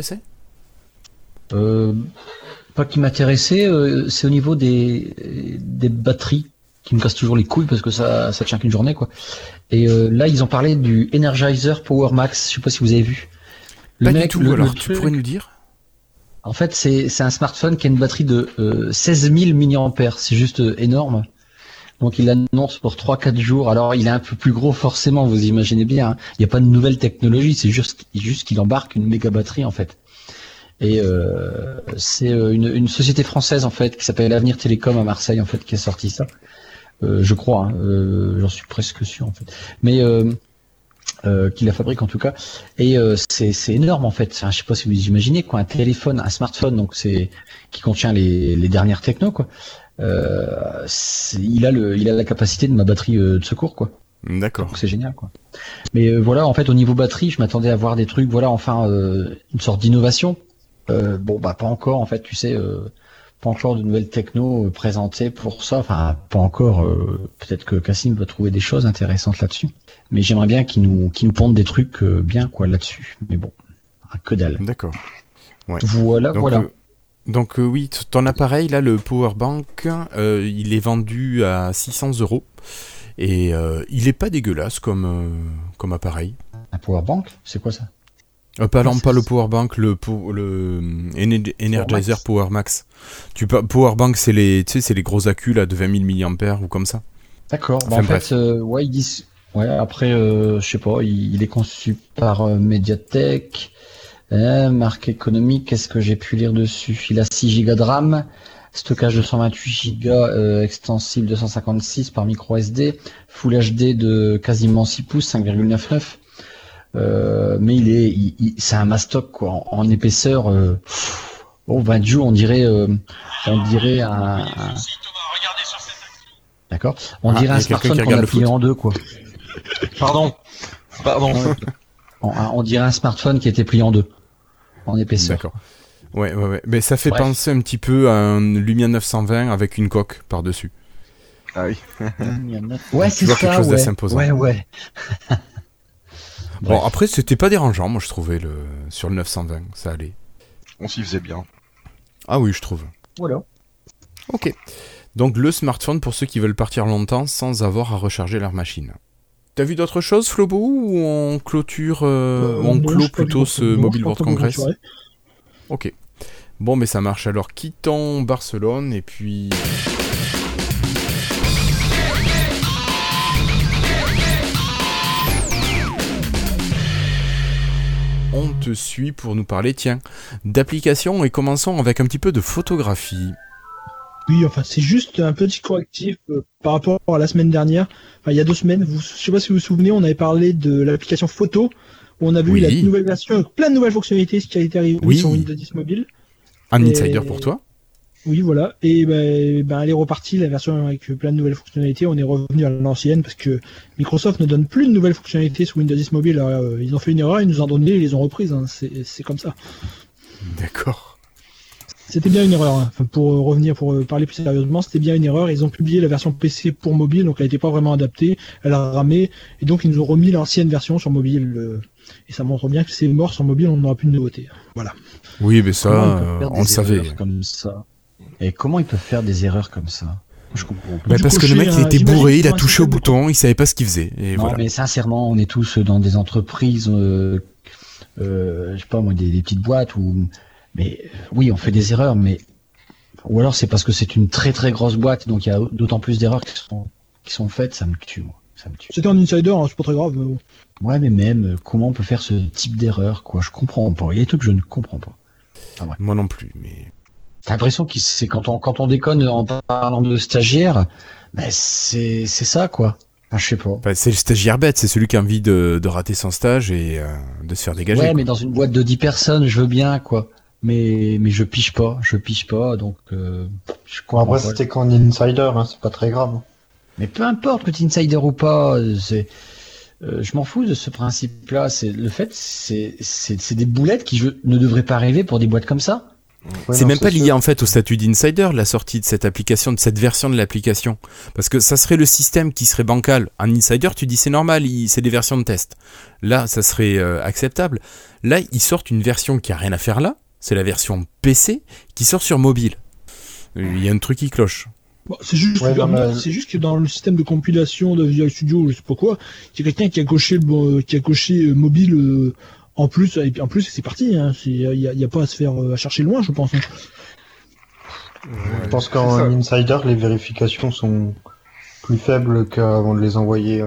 Pas qui m'intéressait, c'est au niveau des batteries qui me cassent toujours les couilles parce que ça tient qu'une journée, quoi. Et là, ils ont parlé du Energizer Power Max, je sais pas si vous avez vu. Pas du tout, alors tu pourrais nous dire ? En fait, c'est un smartphone qui a une batterie de 16 000 mAh. C'est juste énorme. Donc, il l'annonce pour 3-4 jours. Alors, il est un peu plus gros, forcément, vous imaginez bien. Hein. Il n'y a pas de nouvelle technologie. C'est juste qu'il embarque une méga batterie, en fait. Et c'est une société française, en fait, qui s'appelle Avenir Télécom à Marseille, en fait, qui a sorti ça. Je crois. Hein. J'en suis presque sûr, en fait. Mais... qui la fabrique en tout cas, et c'est énorme en fait. Enfin, je sais pas si vous imaginez quoi, un smartphone, donc c'est qui contient les dernières techno quoi. Il a la capacité de ma batterie de secours quoi. D'accord. Donc c'est génial quoi. Mais voilà, en fait au niveau batterie, je m'attendais à voir des trucs, voilà, enfin une sorte d'innovation. Bon bah pas encore en fait, tu sais. Pas encore de nouvelles techno présentées pour ça. Enfin, pas encore. Peut-être que Cassim va trouver des choses intéressantes là-dessus. Mais j'aimerais bien qu'ils nous pondent des trucs bien quoi là-dessus. Mais bon, que dalle. D'accord. Ouais. Voilà. Donc oui, ton appareil là, le Powerbank, il est vendu à 600 € et il est pas dégueulasse comme appareil. Un Powerbank, c'est quoi ça? Pas le Powerbank, le Energizer Power Max. Powerbank, c'est les gros accus là de 20 000 mAh ou comme ça. D'accord. Enfin, en fait, ouais, ils disent. Ouais, après, je sais pas, il est conçu par Mediatek. Marque économique, qu'est-ce que j'ai pu lire dessus? Il a 6 Go de RAM, stockage de 128 Go, extensible 256 par micro SD, Full HD de quasiment 6 pouces, 5,99. Mais c'est un mastoc quoi, en épaisseur. Joe, on dirait un. D'accord. On dirait un smartphone qu'on a plié en deux quoi. Pardon. On dirait un smartphone qui a été plié en deux, en épaisseur. D'accord. Ouais. Mais ça fait penser un petit peu à un Lumia 920 avec une coque par-dessus. Ah oui. Ouais, c'est ça. Quelque chose d'assez imposant. Ouais. Bon, après, c'était pas dérangeant, moi, je trouvais, sur le 920, ça allait. On s'y faisait bien. Ah oui, je trouve. Voilà. Ok. Donc, le smartphone pour ceux qui veulent partir longtemps sans avoir à recharger leur machine. T'as vu d'autres choses, Flobo, ou on clôture, on clôt plutôt ce Mobile World Congress? Ok. Bon, mais ça marche. Alors, quittons Barcelone, et puis... On te suit pour nous parler, d'applications, et commençons avec un petit peu de photographie. Oui, enfin, c'est juste un petit correctif par rapport à la semaine dernière. Enfin, il y a 2 semaines, je sais pas si vous vous souvenez, on avait parlé de l'application photo, où on a vu la nouvelle version avec plein de nouvelles fonctionnalités, ce qui a été arrivé sur Windows 10 Mobile. Un insider pour toi. Oui, voilà. Et elle est repartie, la version avec plein de nouvelles fonctionnalités. On est revenu à l'ancienne parce que Microsoft ne donne plus de nouvelles fonctionnalités sur Windows 10 Mobile. Alors, ils ont fait une erreur, ils nous ont donné, ils les ont reprises. Hein. C'est comme ça. D'accord. C'était bien une erreur. Hein. Enfin, pour parler plus sérieusement, c'était bien une erreur. Ils ont publié la version PC pour mobile, donc elle n'était pas vraiment adaptée. Elle a ramé. Et donc, ils nous ont remis l'ancienne version sur mobile. Et ça montre bien que c'est mort sur mobile, on n'aura plus de nouveautés. Voilà. Oui, mais ça, on le savait. Comme ça. Et comment ils peuvent faire des erreurs comme ça? Je comprends pas. Bah, parce que le mec, il était bourré, il a touché au bouton, il savait pas ce qu'il faisait. Et Non, voilà. mais sincèrement, on est tous dans des entreprises, je sais pas moi, des petites boîtes mais oui, on fait des erreurs, mais ou alors c'est parce que c'est une très très grosse boîte, donc il y a d'autant plus d'erreurs qui sont faites, ça me tue, moi. Ça me tue. C'était un insider, hein, c'est pas très grave. Mais bon. Ouais, mais même comment on peut faire ce type d'erreur, quoi? Je comprends pas. Il y a des trucs que je ne comprends pas. Ah ouais. Moi non plus, mais... T'as l'impression que c'est quand on déconne en parlant de stagiaire, ben c'est ça, quoi. Enfin, je sais pas. Enfin, c'est le stagiaire bête, c'est celui qui a envie de rater son stage et de se faire dégager. Ouais, quoi. mais dans une boîte de 10 personnes, je veux bien, quoi. Mais je piche pas, donc je comprends Après, pas. c'était qu'en insider, hein, c'est pas très grave. Mais peu importe que tu es insider ou pas, je m'en fous de ce principe-là. C'est le fait, c'est des boulettes qui ne devraient pas arriver pour des boîtes comme ça. Ouais, C'est non, même pas lié sûr. en fait au statut d'insider, la sortie de cette application, de cette version de l'application. Parce que ça serait le système qui serait bancal. En insider, tu dis c'est normal, c'est des versions de test. Là, ça serait acceptable. Là, ils sortent une version qui a rien à faire là. C'est la version PC qui sort sur mobile. Il y a un truc qui cloche. Bon, c'est juste, Ouais, non, mais- c'est juste que dans le système de compilation de Visual Studio, je sais pas quoi, il y a quelqu'un qui a coché mobile en plus, et puis en plus c'est parti. Hein, il y a pas à se faire à chercher loin, je pense. Hein. Je pense c'est qu'en ça. insider, les vérifications sont plus faibles qu'avant de les envoyer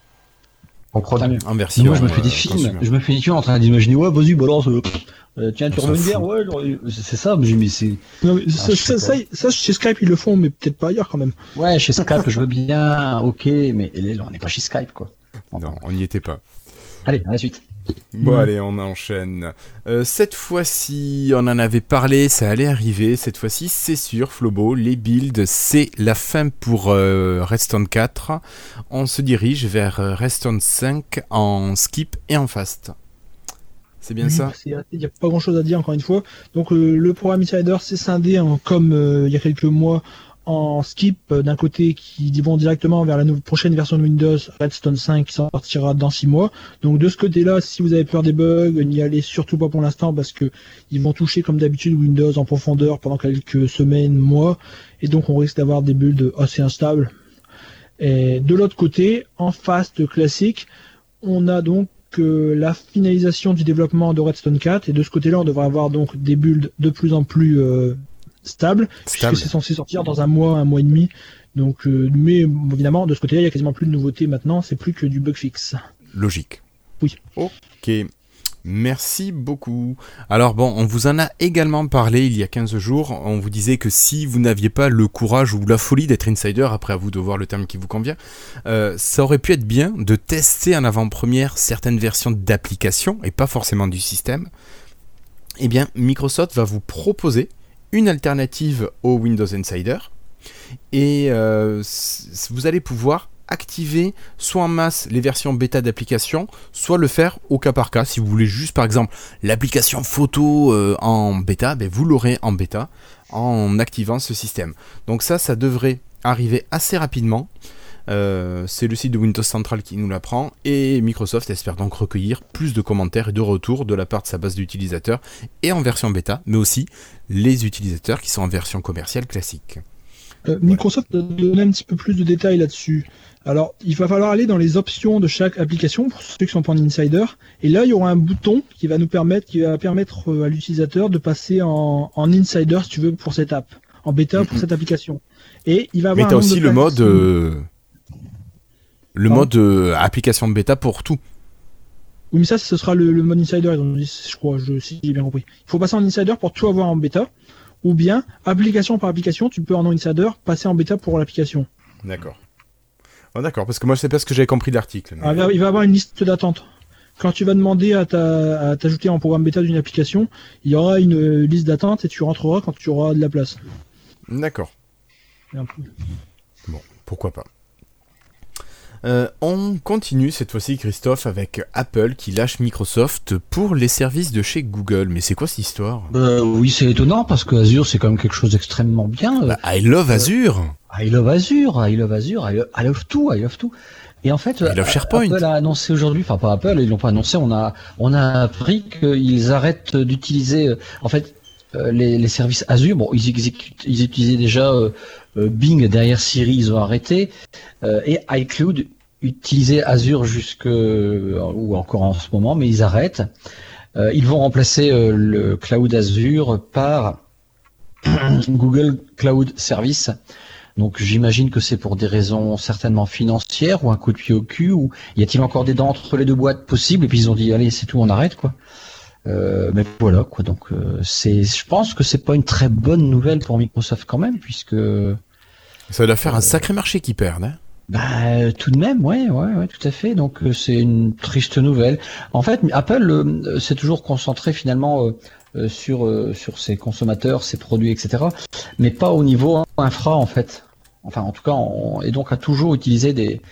en prod. Tant mieux. En version. Moi, je me fais des films. consumer. Je me fais des films en train d'imaginer, ouais, vas-y, balance. Tiens, tu On s'en remets une bière, fout. ouais. C'est ça, mais c'est. Non, mais je sais ça, chez Skype ils le font, mais peut-être pas ailleurs quand même. Ouais, chez Skype, je veux bien, ok, mais là, on n'est pas chez Skype, quoi. Non, on n'y était pas. Allez, à la suite. Bon, allez, on enchaîne. Cette fois-ci, on en avait parlé, ça allait arriver. Cette fois-ci, c'est sûr, Flobo, les builds, c'est la fin pour Redstone 4. On se dirige vers Redstone 5 en skip et en fast. C'est bien ça? Il n'y a pas grand chose à dire encore une fois. Donc le programme Insider s'est scindé comme il y a quelques mois en skip d'un côté qui vont directement vers la prochaine version de Windows Redstone 5 qui sortira dans 6 mois. Donc de ce côté-là, si vous avez peur des bugs, n'y allez surtout pas pour l'instant parce que ils vont toucher comme d'habitude Windows en profondeur pendant quelques semaines, mois, et donc on risque d'avoir des builds assez instables. Et de l'autre côté, en fast classique, on a donc la finalisation du développement de Redstone 4, et de ce côté-là, on devrait avoir donc des builds de plus en plus stables, puisque c'est censé sortir dans un mois et demi. Donc, mais évidemment, de ce côté-là, il y a quasiment plus de nouveautés maintenant, c'est plus que du bug fixe. Logique. Oui. Ok. Merci beaucoup. Alors bon, on vous en a également parlé il y a 15 jours. On vous disait que si vous n'aviez pas le courage ou la folie d'être insider, après à vous de voir le terme qui vous convient, ça aurait pu être bien de tester en avant-première certaines versions d'applications et pas forcément du système. Eh bien, Microsoft va vous proposer une alternative au Windows Insider et vous allez pouvoir activer soit en masse les versions bêta d'applications, soit le faire au cas par cas. Si vous voulez juste par exemple l'application photo en bêta, ben vous l'aurez en bêta en activant ce système. Donc ça devrait arriver assez rapidement. C'est le site de Windows Central qui nous l'apprend et Microsoft espère donc recueillir plus de commentaires et de retours de la part de sa base d'utilisateurs et en version bêta, mais aussi les utilisateurs qui sont en version commerciale classique. Microsoft a donné un petit peu plus de détails là-dessus. Alors, il va falloir aller dans les options de chaque application pour ceux qui sont pas en insider. Et là, il y aura un bouton qui va permettre à l'utilisateur de passer en insider, si tu veux, pour cette app, en bêta pour cette application. Et il va avoir. Mais t'as aussi le mode application de bêta pour tout. Oui, mais ça, ce sera le mode insider. Ils ont dit, je crois, si j'ai bien compris. Il faut passer en insider pour tout avoir en bêta. Ou bien, application par application, tu peux en insider passer en bêta pour l'application. D'accord. Oh, d'accord, parce que moi je sais pas ce que j'avais compris de l'article. Mais... Il va avoir une liste d'attente. Quand tu vas demander à t'ajouter en programme bêta d'une application, il y aura une liste d'attente et tu rentreras quand tu auras de la place. D'accord. Bon, pourquoi pas. On continue cette fois-ci, Christophe, avec Apple qui lâche Microsoft pour les services de chez Google. Mais c'est quoi cette histoire? Oui, c'est étonnant parce que Azure c'est quand même quelque chose d'extrêmement bien. I love Azure. I love Azure, I love tout. Et en fait, SharePoint. Apple a annoncé aujourd'hui, enfin pas Apple, ils l'ont pas annoncé, on a appris qu'ils arrêtent d'utiliser. En fait, les services Azure, bon, ils utilisaient déjà Bing derrière Siri, ils ont arrêté, et iCloud utilisait Azure ou encore en ce moment, mais ils arrêtent. Ils vont remplacer le cloud Azure par Google Cloud Service. Donc j'imagine que c'est pour des raisons certainement financières ou un coup de pied au cul, ou y a-t-il encore des dents entre les deux boîtes possibles, et puis ils ont dit allez c'est tout, on arrête quoi. Mais voilà quoi, donc je pense que c'est pas une très bonne nouvelle pour Microsoft quand même, puisque ça doit faire un sacré marché qui perd, hein. Bah tout de même, ouais, tout à fait. Donc c'est une triste nouvelle. En fait, Apple s'est toujours concentré finalement sur ses consommateurs, ses produits, etc. Mais pas au niveau infra en fait. Enfin, en tout cas, et donc a toujours utilisé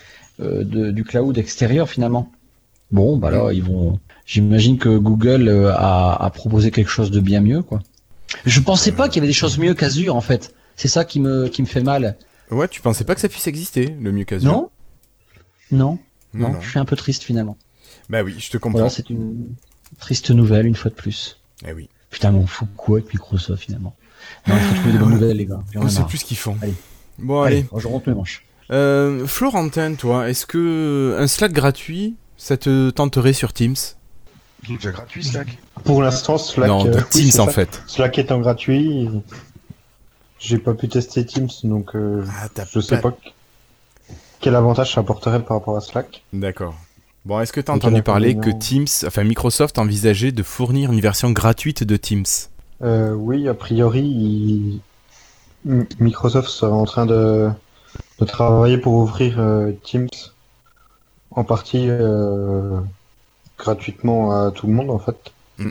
du cloud extérieur finalement. Bon, bah là, j'imagine que Google a proposé quelque chose de bien mieux, quoi. Je pensais pas qu'il y avait des choses mieux qu'Azure en fait. C'est ça qui me fait mal. Ouais, tu pensais pas que ça puisse exister, le mieux qu'Azure? Non, je suis un peu triste finalement. Bah oui, je te comprends. Voilà, c'est une triste nouvelle une fois de plus. Eh oui. Putain, mais on fout quoi avec Microsoft finalement? Non, il faut trouver des bonnes nouvelles, les gars. On sait plus ce qu'ils font. Allez. Bon, allez. Je rentre mes manches. Florentin, toi, est-ce que un Slack gratuit, ça te tenterait sur Teams? Il est déjà gratuit, Slack. Pour l'instant, Slack. Non, de Teams c'est en ça. fait. Slack étant gratuit, j'ai pas pu tester Teams, donc je sais pas quel avantage ça apporterait par rapport à Slack. D'accord. Bon, est-ce que tu as entendu parler que Microsoft envisageait de fournir une version gratuite de Teams? Oui, a priori, Microsoft serait en train de travailler pour ouvrir Teams en partie gratuitement à tout le monde en fait.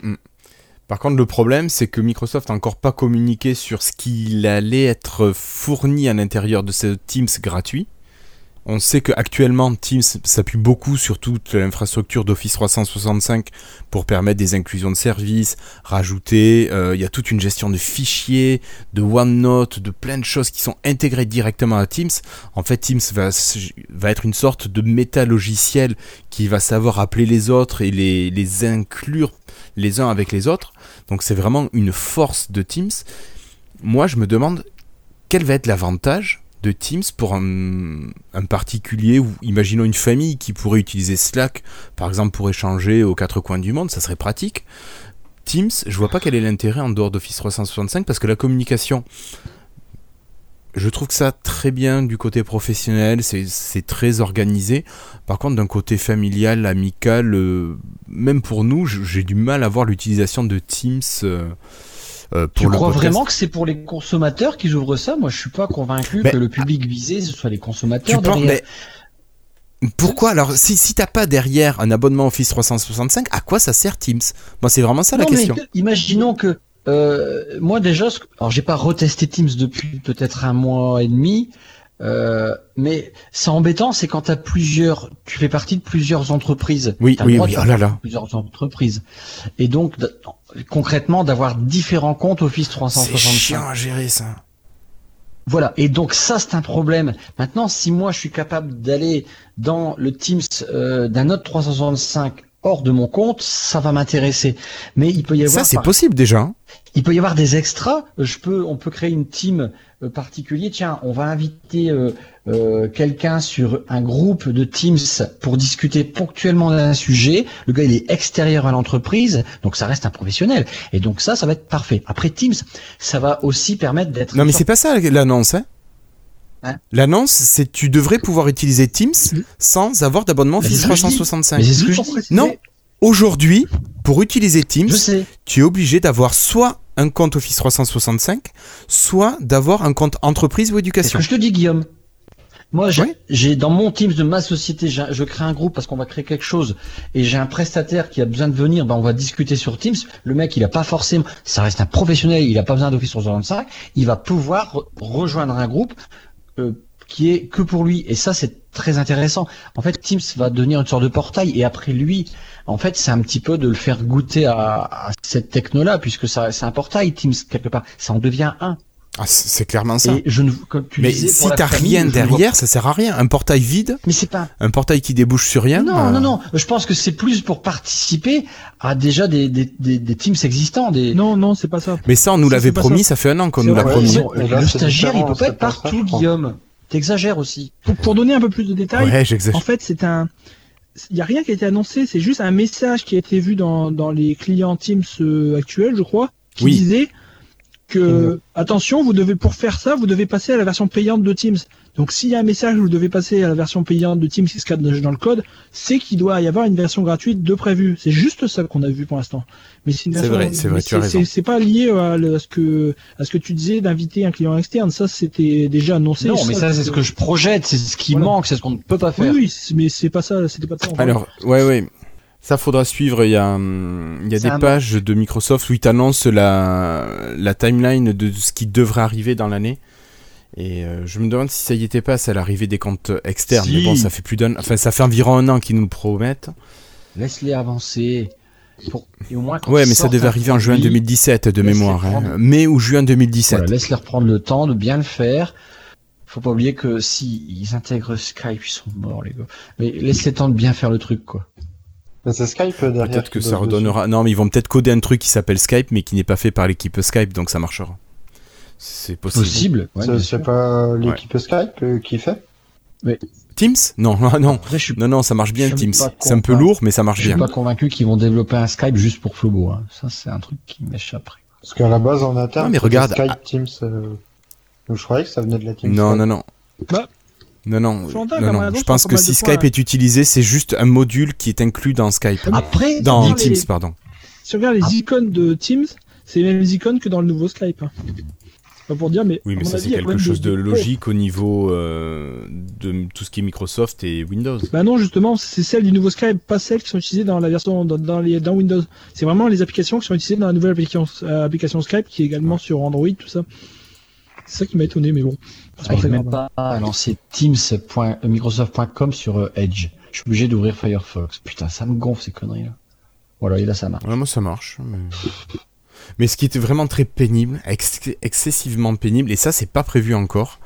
Par contre, le problème, c'est que Microsoft n'a encore pas communiqué sur ce qu'il allait être fourni à l'intérieur de ce Teams gratuit. On sait qu'actuellement, Teams s'appuie beaucoup sur toute l'infrastructure d'Office 365 pour permettre des inclusions de services, rajouter, il y a toute une gestion de fichiers, de OneNote, de plein de choses qui sont intégrées directement à Teams. En fait, Teams va être une sorte de méta-logiciel qui va savoir appeler les autres et les inclure les uns avec les autres. Donc c'est vraiment une force de Teams. Moi, je me demande quel va être l'avantage de Teams pour un particulier, ou imaginons une famille qui pourrait utiliser Slack par exemple pour échanger aux quatre coins du monde, ça serait pratique. Teams, je vois pas quel est l'intérêt en dehors d'Office 365, parce que la communication, je trouve que ça très bien du côté professionnel, c'est très organisé. Par contre, d'un côté familial, amical, même pour nous, j'ai du mal à voir l'utilisation de Teams. Tu crois vraiment que c'est pour les consommateurs qu'ils ouvrent ça? Moi, je suis pas convaincu que le public visé, ce soit les consommateurs derrière. Pourquoi? Alors, si t'as pas derrière un abonnement Office 365, à quoi ça sert Teams? Moi, c'est vraiment ça la question. Mais imaginons que moi déjà, alors j'ai pas retesté Teams depuis peut-être 1 mois et demi. Mais c'est embêtant, c'est quand tu fais partie de plusieurs entreprises. Oui, oh là là. Plusieurs entreprises. Et donc, concrètement, d'avoir différents comptes Office 365. C'est chiant à gérer, ça. Voilà. Et donc, ça, c'est un problème. Maintenant, si moi, je suis capable d'aller dans le Teams d'un autre 365 hors de mon compte, ça va m'intéresser. Mais il peut y avoir... Ça, c'est possible, déjà. Hein. Il peut y avoir des extras. On peut créer une team particulier. Tiens, on va inviter quelqu'un sur un groupe de Teams pour discuter ponctuellement d'un sujet. Le gars, il est extérieur à l'entreprise, donc ça reste un professionnel. Et donc ça va être parfait. Après Teams, ça va aussi permettre d'être... Non, mais c'est pas ça l'annonce, hein. L'annonce, c'est tu devrais pouvoir utiliser Teams sans avoir d'abonnement Office 365. Mais c'est ce que je dis. Non, aujourd'hui, pour utiliser Teams, tu es obligé d'avoir soit un compte Office 365, soit d'avoir un compte entreprise ou éducation. C'est ce que je te dis, Guillaume. Moi, j'ai dans mon Teams de ma société, je crée un groupe parce qu'on va créer quelque chose et j'ai un prestataire qui a besoin de venir, on va discuter sur Teams. Le mec, il a pas forcément, ça reste un professionnel, il a pas besoin d'Office 365, il va pouvoir rejoindre un groupe qui est que pour lui, et ça c'est très intéressant. En fait, Teams va devenir une sorte de portail, et après lui, en fait, c'est un petit peu de le faire goûter à cette techno-là, puisque c'est un portail, Teams, quelque part. Ça en devient un. Ah, c'est clairement ça. Et comme tu Mais disais, si pour la t'as famille, rien je vois- derrière, ça sert à rien. Un portail vide, Mais c'est pas. un portail qui débouche sur rien. Non. Je pense que c'est plus pour participer à déjà des teams existants. Non, c'est pas ça. Mais ça, on nous Ça, l'avait c'est pas promis, ça. ça fait un an qu'on C'est nous l'a vrai, promis. Et là, Le c'est stagiaire, il différent, peut pas c'est être pas ça, partout, je crois. Guillaume. T'exagères aussi. Pour donner un peu plus de détails, Ouais, en j'exagère. fait, il n'y a rien qui a été annoncé, c'est juste un message qui a été vu dans les clients Teams actuels, je crois, qui Oui. disait que, attention, pour faire ça, vous devez passer à la version payante de Teams. Donc, s'il y a un message où vous devez passer à la version payante de Teams qui se cadre dans le code, c'est qu'il doit y avoir une version gratuite de prévu. C'est juste ça qu'on a vu pour l'instant. Mais c'est une C'est version- vrai, c'est vrai, mais tu as raison. C'est pas lié à ce que tu disais d'inviter un client externe. Ça, c'était déjà annoncé. Non, mais ça, c'est ce que je projette, c'est ce qui Voilà. manque, c'est ce qu'on ne peut pas Oui, faire. oui, mais c'est pas ça, c'était pas ça. en fait. Alors, ouais. Ça faudra suivre. Il y a C'est des un pages de Microsoft où ils t'annoncent la timeline de ce qui devrait arriver dans l'année. Et je me demande si ça y était pas, c'est à l'arrivée des comptes externes. Si. Mais bon, ça fait environ un an qu'ils nous le promettent. Laisse-les avancer. Et au moins, quand Ouais, ils mais ça sortent devait un arriver en juin produit, 2017 de laisse-les mémoire. prendre. Mai ou juin 2017. Voilà, laisse-leur prendre le temps de bien le faire. Faut pas oublier que si ils intègrent Skype, ils sont morts, les gars. Mais laisse-les temps de bien faire le truc, quoi. Mais c'est Skype derrière. Peut-être que qui ça bosse redonnera. Non, mais ils vont peut-être coder un truc qui s'appelle Skype, mais qui n'est pas fait par l'équipe Skype, donc ça marchera. C'est possible. Possible. Ouais, dessus. bien C'est sûr. pas l'équipe Skype qui fait. Teams ? Non. Après, je suis Non, ça marche bien Je suis Teams. pas C'est un peu convaincu. lourd, mais ça marche Je suis bien. pas convaincu qu'ils vont développer un Skype juste pour Flobo. Hein. Ça, c'est un truc qui m'échapperait. Parce qu'à la base, en interne, Non, mais c'était regarde, Skype Teams. Donc je croyais que ça venait de la Teams. Non. Bah, Non. Florentine, comme raison, Je sur pense pas que mal de si points, Skype hein. est utilisé, c'est juste un module qui est inclus dans Skype. Après, Dans les- Teams, pardon. Si on regarde les icônes de Teams, c'est les mêmes icônes que dans le nouveau Skype. hein. C'est pas pour dire, mais. Oui, à mais mon ça, avis, c'est il y a quelque quand même chose de des- logique au niveau de tout ce qui est Microsoft et Windows. Bah non, justement, c'est celles du nouveau Skype, pas celles qui sont utilisées dans la version dans Windows. C'est vraiment les applications qui sont utilisées dans la nouvelle application Skype qui est également sur Android, tout ça. C'est ça qui m'a étonné, mais bon. C'est pas j'arrive très même grave. pas à lancer Teams.microsoft.com sur Edge. Je suis obligé d'ouvrir Firefox. Putain, ça me gonfle ces conneries là. Voilà, et là ça marche. Ouais, moi, ça marche. Mais ce qui était vraiment très pénible, excessivement pénible, et ça, c'est pas prévu encore,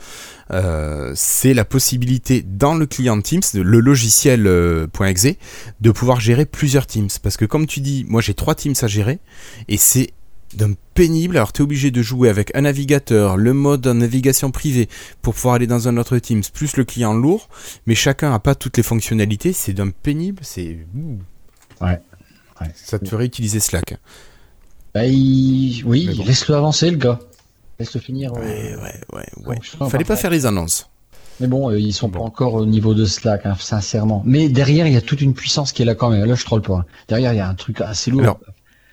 c'est la possibilité dans le client Teams, le logiciel .exe, de pouvoir gérer plusieurs Teams. Parce que comme tu dis, moi j'ai 3 Teams à gérer, et c'est d'un pénible. Alors tu es obligé de jouer avec un navigateur, le mode en navigation privée pour pouvoir aller dans un autre Teams, plus le client lourd, mais chacun n'a pas toutes les fonctionnalités, c'est d'un pénible, c'est... Ouais. Ça te ferait utiliser Slack. Bah, oui, Mais bon. laisse-le avancer le gars. Laisse-le finir. Ouais. Donc, je pense Fallait pas après. faire les annonces. Mais bon, ils sont Bon. pas encore au niveau de Slack, hein, sincèrement. Mais derrière, il y a toute une puissance qui est là quand même. Là, je troll pas. Hein. Derrière, il y a un truc assez lourd. Alors,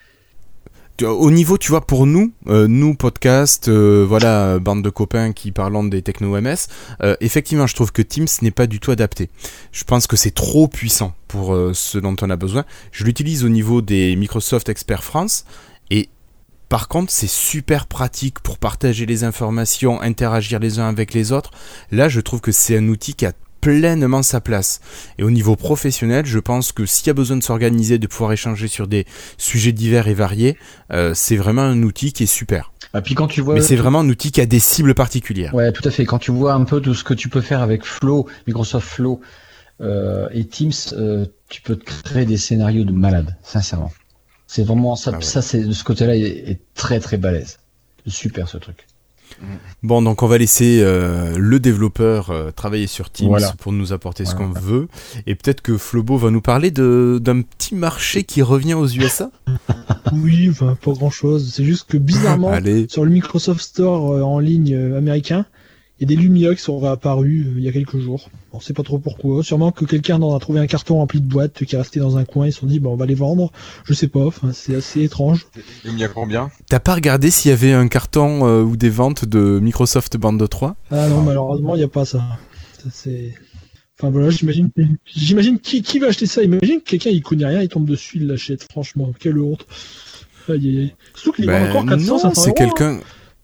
au niveau, tu vois, pour nous podcast, voilà, bande de copains qui parlons des techno MS, effectivement, je trouve que Teams n'est pas du tout adapté. Je pense que c'est trop puissant pour ce dont on a besoin. Je l'utilise au niveau des Microsoft Expert France, et par contre, c'est super pratique pour partager les informations, interagir les uns avec les autres. Là, je trouve que c'est un outil qui a pleinement sa place. Et au niveau professionnel, je pense que s'il y a besoin de s'organiser, de pouvoir échanger sur des sujets divers et variés, c'est vraiment un outil qui est super. Et puis quand tu vois, Mais c'est vraiment un outil qui a des cibles particulières. ouais, tout à fait. Quand tu vois un peu tout ce que tu peux faire avec Flow, Microsoft Flow et Teams, tu peux te créer des scénarios de malade, sincèrement. C'est vraiment ça. Ah ouais. Ça, c'est de ce côté-là, est très très balèze. Super ce truc. Bon, donc on va laisser le développeur travailler sur Teams Voilà. pour nous apporter ce Voilà. qu'on veut. Et peut-être que Flobo va nous parler d'un petit marché qui revient aux USA. Oui, enfin, pas grand chose. C'est juste que bizarrement, Allez. sur le Microsoft Store en ligne américain, il y a des Lumia qui sont réapparus il y a quelques jours. On sait pas trop pourquoi. Sûrement que quelqu'un en a trouvé un carton rempli de boîtes qui est resté dans un coin. Ils se sont dit, bon, on va les vendre. Je sais pas. Enfin, c'est assez étrange. Il y a combien? T'as pas regardé s'il y avait un carton ou des ventes de Microsoft Band 3 ? Ah non, malheureusement, il n'y a pas ça. Ça, c'est... Enfin voilà, j'imagine qui va acheter ça. Imagine que quelqu'un il connaît rien, il tombe dessus, il l'achète. Franchement, quelle honte. Aïe, aïe, aïe. Surtout qu'il est encore 400, non, 500 c'est euros, quelqu'un...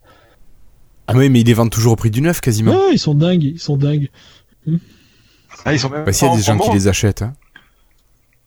Ah oui, mais ils les vendent toujours au prix du neuf, hein. quasiment. Ouais, ils sont dingues. Ah, ils sont même Bah, s'il y a pas des en gens qui promo. les achètent. Hein.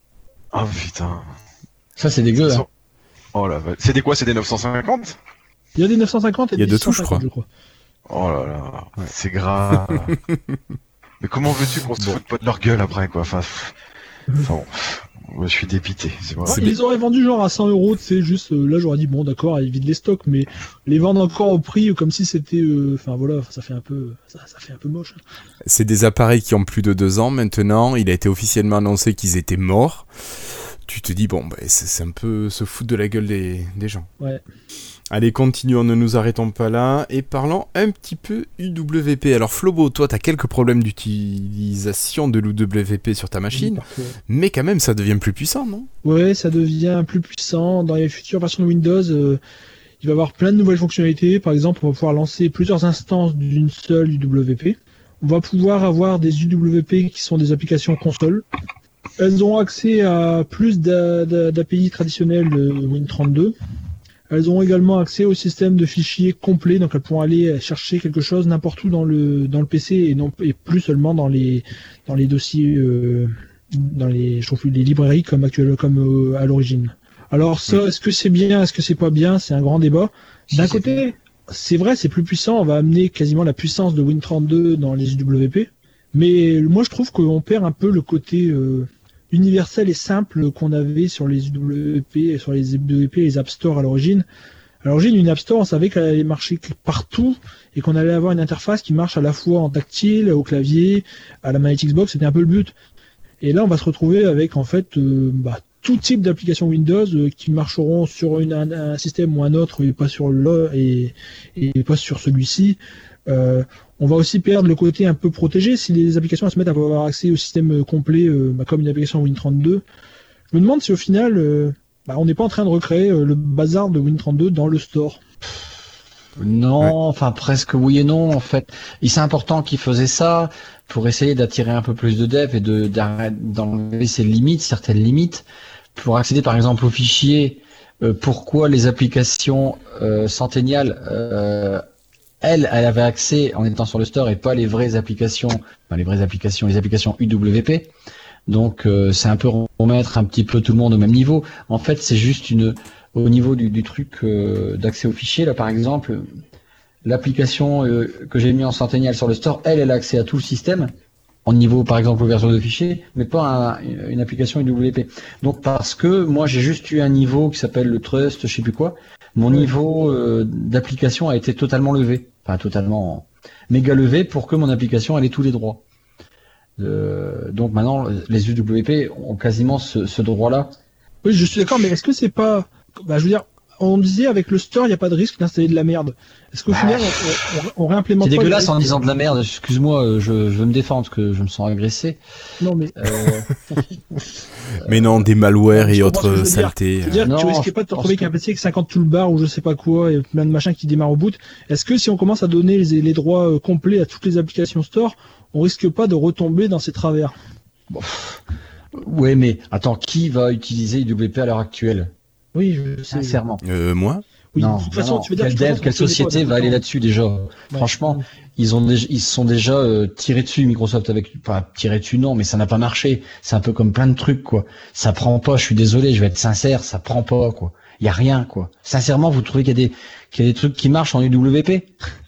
Ah putain. Ça, c'est dégueu. Ils Hein. sont- Oh la vache. C'est des quoi? C'est des 950? Il y a des 950 et Il y a des deux touches, 650, je crois. Oh là là, c'est grave. Mais comment veux-tu qu'on se foute pas de leur gueule après, quoi? Enfin bon, je suis dépité. C'est vrai. Ouais, ils auraient vendu genre à 100 €, c'est juste, là j'aurais dit bon d'accord, ils vident les stocks, mais les vendre encore au prix comme si c'était, enfin voilà, ça fait un peu moche. C'est des appareils qui ont plus de 2 ans maintenant. Il a été officiellement annoncé qu'ils étaient morts. Tu te dis, bon, bah, c'est un peu se foutre de la gueule des gens. Ouais. Allez, continuons, ne nous arrêtons pas là. Et parlons un petit peu UWP. Alors, Flobo, toi, t'as quelques problèmes d'utilisation de l'UWP sur ta machine. Mais quand même, ça devient plus puissant, non? Ouais, ça devient plus puissant. Dans les futures versions de Windows, il va y avoir plein de nouvelles fonctionnalités. Par exemple, on va pouvoir lancer plusieurs instances d'une seule UWP. On va pouvoir avoir des UWP qui sont des applications console. Elles auront accès à plus d'API traditionnelles de Win32. Elles auront également accès au système de fichiers complet, donc elles pourront aller chercher quelque chose n'importe où dans le PC et plus seulement dans les dossiers, dans les librairies comme à l'origine. Alors ça, est-ce que c'est bien, est-ce que c'est pas bien, c'est un grand débat. D'un côté, c'est vrai, c'est plus puissant, on va amener quasiment la puissance de Win32 dans les UWP, mais moi je trouve qu'on perd un peu le côté universel et simple qu'on avait sur les UWP et les App Store à l'origine. À l'origine, une App Store, on savait qu'elle allait marcher partout et qu'on allait avoir une interface qui marche à la fois en tactile, au clavier, à la manette Xbox, c'était un peu le but. Et là, on va se retrouver avec en fait tout type d'applications Windows qui marcheront sur un système ou un autre et pas sur pas sur celui-ci. On va aussi perdre le côté un peu protégé si les applications se mettent à avoir accès au système complet comme une application Win32. Je me demande si au final on n'est pas en train de recréer le bazar de Win32 dans le store. Non, Ouais. enfin presque oui et non en fait. Et c'est important qu'ils faisaient ça pour essayer d'attirer un peu plus de devs et d'enlever certaines limites, pour accéder par exemple aux fichiers. Pourquoi les applications Centennial elle avait accès en étant sur le store et pas les applications UWP. Donc c'est un peu remettre un petit peu tout le monde au même niveau. En fait, c'est juste au niveau du truc d'accès aux fichiers. Là, par exemple, l'application que j'ai mis en Centennial sur le store, elle a accès à tout le système, en niveau, par exemple, ouverture de fichiers, mais pas une application UWP. Donc, parce que moi, j'ai juste eu un niveau qui s'appelle le Trust, je sais plus quoi. Mon niveau d'application a été totalement levé. Enfin, totalement méga levé pour que mon application ait tous les droits. Donc maintenant, les UWP ont quasiment ce droit-là. Oui, je suis d'accord, mais est-ce que c'est pas... je veux dire, on disait avec le store, il n'y a pas de risque d'installer de la merde. Est-ce qu'au final, on réimplémente C'est pas dégueulasse en disant de la merde, excuse-moi, je veux me défendre parce que je me sens agressé. Non, mais... Mais non, des malwares et je comprends ce que je autres veux dire. saletés. Je veux dire, Non, tu risquais pas de te retrouver avec un PC avec 50 toolbars ou je sais pas quoi et plein de machins qui démarrent au bout. Est-ce que si on commence à donner les droits complets à toutes les applications store, on risque pas de retomber dans ces travers? Ouais, mais attends, qui va utiliser UWP à l'heure actuelle? Oui, je sais. Sincèrement. Moi? Oui, Non, de toute façon, non, tu veux dire quel que de toute dev, façon, quelle on connaît société pas, va aller d'accord. là-dessus déjà? Ouais. Franchement, ils se sont déjà tirés dessus, Microsoft, pas tirés dessus, non, mais ça n'a pas marché. C'est un peu comme plein de trucs, quoi. Ça prend pas, je suis désolé, je vais être sincère, ça prend pas, quoi. Il y a rien, quoi. Sincèrement, vous trouvez qu'il y a des trucs qui marchent en UWP?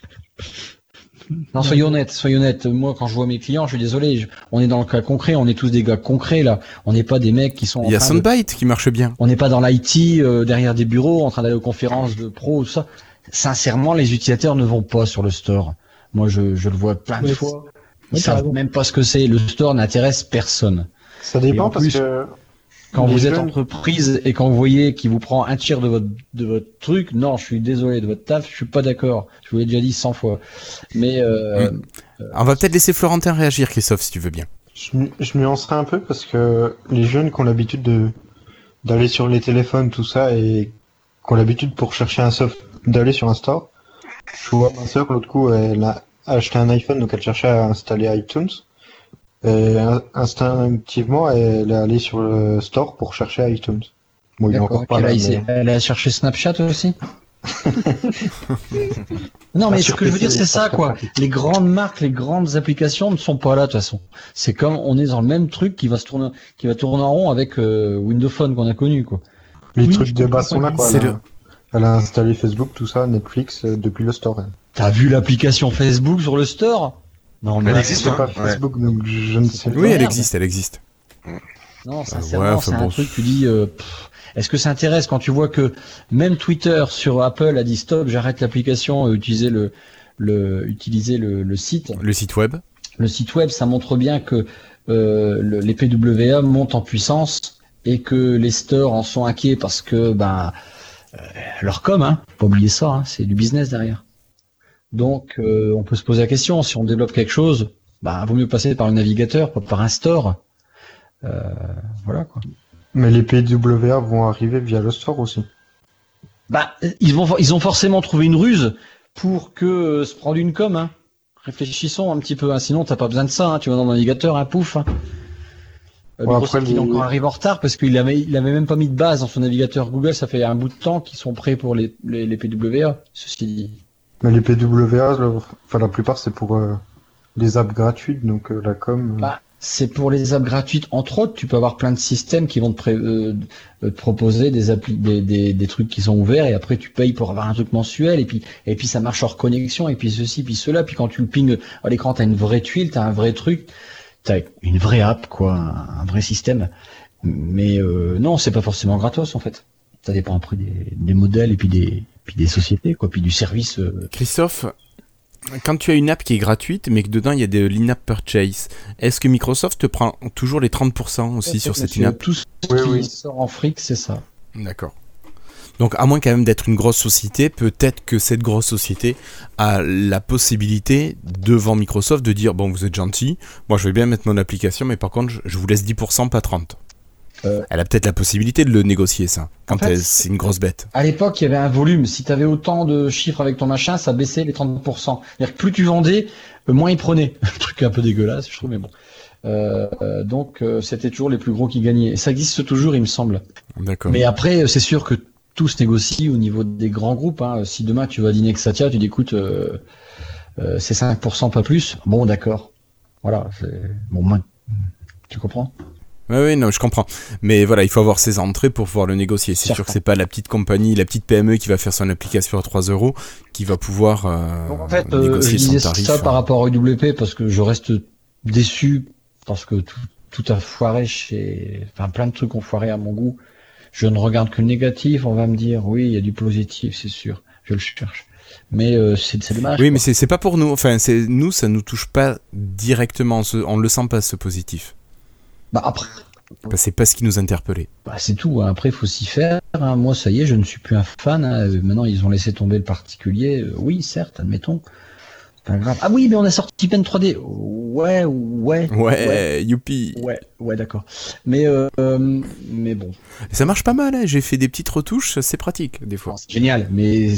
Non, soyez honnête. Moi, quand je vois mes clients, je suis désolé, on est dans le cas concret, on est tous des gars concrets, là. On n'est pas des mecs qui sont Il y a Soundbite qui marche bien. On n'est pas dans l'IT, derrière des bureaux, en train d'aller aux conférences de pros, tout ça. Sincèrement, les utilisateurs ne vont pas sur le store. Moi, je le vois plein de Ouais, fois. Ils ouais, t'as savent raison. même pas ce que c'est. Le store n'intéresse personne. Ça Et dépend en parce plus, que Quand les vous êtes jeunes- entreprise et quand vous voyez qu'il vous prend un tiers de votre truc, non, je suis désolé de votre taf, je suis pas d'accord. Je vous l'ai déjà dit 100 fois. Mais On va peut-être laisser Florentin réagir, Christophe, si tu veux bien. je nuancerai un peu parce que les jeunes qui ont l'habitude d'aller sur les téléphones, tout ça, et qui ont l'habitude pour chercher un soft d'aller sur un store. Je vois ma soeur, l'autre coup, elle a acheté un iPhone, donc elle cherchait à installer iTunes. Et instinctivement, elle est allée sur le store pour chercher iTunes. Bon, il est d'accord, encore pas là, mais... elle a cherché Snapchat aussi. Non, mais ce que je veux dire, c'est ça, quoi. Les grandes marques, les grandes applications ne sont pas là, de toute façon. C'est comme, on est dans le même truc qui va tourner en rond avec Windows Phone qu'on a connu, quoi. Les Oui, trucs je de comprends base sont là, quoi. C'est là. Elle a installé Facebook, tout ça, Netflix, depuis le store. Elle. T'as vu l'application Facebook sur le store? Non, mais Elle existe, C'est hein. pas Facebook, donc je ne sais pas. Oui, elle Merde. existe. Non, ouais, sincèrement, enfin c'est un bon. truc, tu dis, est-ce que ça intéresse quand tu vois que même Twitter sur Apple a dit stop, j'arrête l'application, utiliser le site. Le site web. Le site web, ça montre bien que les PWA montent en puissance et que les stores en sont inquiets parce que leur com, hein, faut pas oublier ça, hein, c'est du business derrière. Donc on peut se poser la question, si on développe quelque chose, vaut mieux passer par le navigateur, pas par un store. Voilà quoi. Mais les PWA vont arriver via le store aussi. Ils ont forcément trouvé une ruse pour que se prendre une com. Hein. Réfléchissons un petit peu, hein. Sinon t'as pas besoin de ça. Hein. Tu vas dans le navigateur, un pouf. Hein. Microsoft, il est encore arrivé en retard parce qu'il avait même pas mis de base dans son navigateur Google. Ça fait un bout de temps qu'ils sont prêts pour les PWA. Ceci dit. Mais les PWA, la plupart c'est pour les apps gratuites, donc la com. C'est pour les apps gratuites, entre autres. Tu peux avoir plein de systèmes qui vont te proposer des applis, des trucs qui sont ouverts, et après tu payes pour avoir un truc mensuel, et puis ça marche hors connexion, et puis ceci, puis cela, puis quand tu le pinges à l'écran, t'as une vraie tuile, t'as un vrai truc, t'as une vraie app, quoi, un vrai système. Mais non, c'est pas forcément gratos en fait. Ça dépend après des modèles et puis des sociétés, quoi, puis du service. Christophe, quand tu as une app qui est gratuite, mais que dedans il y a de l'in-app purchase, est-ce que Microsoft te prend toujours les 30% aussi sur cette in-app? Tout ce qui sort en fric, c'est ça. D'accord. Donc à moins quand même d'être une grosse société, peut-être que cette grosse société a la possibilité devant Microsoft de dire bon, vous êtes gentil, moi je vais bien mettre mon application, mais par contre je vous laisse 10%, pas 30%. Elle a peut-être la possibilité de le négocier, ça, quand en fait, c'est une grosse bête. À l'époque, il y avait un volume. Si tu avais autant de chiffres avec ton machin, ça baissait les 30%. C'est-à-dire que plus tu vendais, moins ils prenaient. Le truc un peu dégueulasse, je trouve, mais bon. Donc, c'était toujours les plus gros qui gagnaient. Et ça existe toujours, il me semble. D'accord. Mais après, c'est sûr que tout se négocie au niveau des grands groupes. Hein. Si demain, tu vas dîner avec Satya, tu dis, écoute, c'est 5%, pas plus. Bon, d'accord. Voilà. Bon, moins. Tu comprends? Oui, non, je comprends. Mais voilà, il faut avoir ses entrées pour pouvoir le négocier. C'est sûr que c'est pas la petite compagnie, la petite PME qui va faire son application à 3€ qui va pouvoir donc en fait, négocier je son disais tarif. ça par rapport au UWP parce que je reste déçu parce que tout a foiré plein de trucs ont foiré à mon goût. Je ne regarde que le négatif. On va me dire, oui, il y a du positif, c'est sûr. Je le cherche. Mais c'est dommage. Oui, mais c'est pas pour nous. Enfin, nous, ça nous touche pas directement. On le sent pas, ce positif. Après, c'est pas ce qui nous interpellait. C'est tout. Hein. Après, il faut s'y faire. Hein. Moi, ça y est, je ne suis plus un fan. Hein. Maintenant, ils ont laissé tomber le particulier. Oui, certes, admettons. Pas grave. Ah oui, mais on a sorti Pen 3D. Ouais. Youpi. Ouais, d'accord. Mais bon. Ça marche pas mal. Hein. J'ai fait des petites retouches. C'est pratique des fois. C'est génial, mais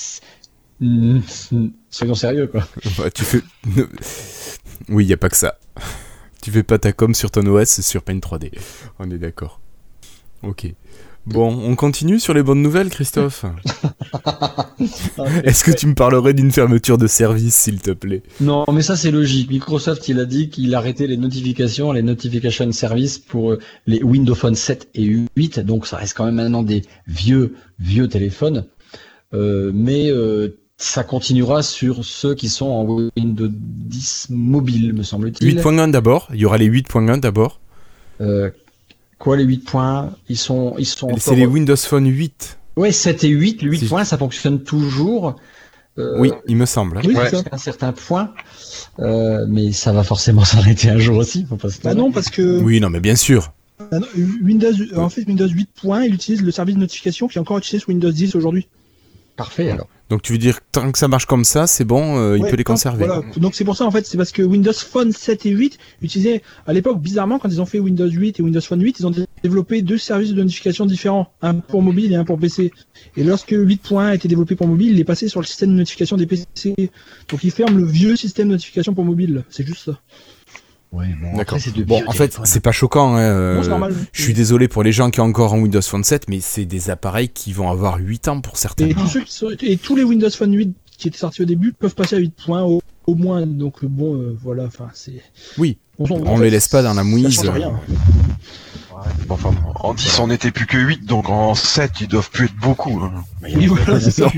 soyons sérieux, quoi. Ouais, tu fais. Oui, y a pas que ça. Tu fais pas ta com sur ton OS sur Paint 3D. On est d'accord. Ok. Bon, on continue sur les bonnes nouvelles, Christophe. Est-ce que tu me parlerais d'une fermeture de service, s'il te plaît? Non, mais ça c'est logique. Microsoft, il a dit qu'il arrêtait les notification service pour les Windows Phone 7 et 8. Donc ça reste quand même maintenant des vieux téléphones. Mais ça continuera sur ceux qui sont en Windows 10 mobile, me semble-t-il. 8.1 d'abord. Il y aura les 8.1 d'abord. Quoi, les 8 points? Ils sont c'est les Windows Phone 8. Ouais, 7 et 8. Le 8 points, ça fonctionne toujours. Oui, il me semble. Oui, jusqu'à un certain point. Mais ça va forcément s'arrêter un jour aussi. Faut pas se non, parce que... Oui, non, mais bien sûr. Windows 8 points, il utilise le service de notification qui est encore utilisé sur Windows 10 aujourd'hui. Parfait, alors. Donc tu veux dire, tant que ça marche comme ça, c'est bon, il peut les conserver. Voilà. Donc c'est pour ça, en fait, c'est parce que Windows Phone 7 et 8 utilisaient, à l'époque, bizarrement, quand ils ont fait Windows 8 et Windows Phone 8, ils ont développé deux services de notification différents, un pour mobile et un pour PC. Et lorsque 8.1 a été développé pour mobile, il est passé sur le système de notification des PC. Donc ils ferment le vieux système de notification pour mobile. C'est juste ça. Ouais, bon, d'accord. Après, bon, en fait, c'est pas choquant. Hein, non, c'est normal. Je suis désolé pour les gens qui ont encore un Windows Phone 7, mais c'est des appareils qui vont avoir 8 ans pour certains. Et tous les Windows Phone 8 qui étaient sortis au début peuvent passer à 8 points au moins. Donc bon, voilà. Enfin, c'est. Oui, On les laisse pas dans la mouise. Ça change rien. Bon, enfin, en 10, on n'était plus que 8, donc en 7, ils doivent plus être beaucoup. Hein. Oui, voilà, c'est ça.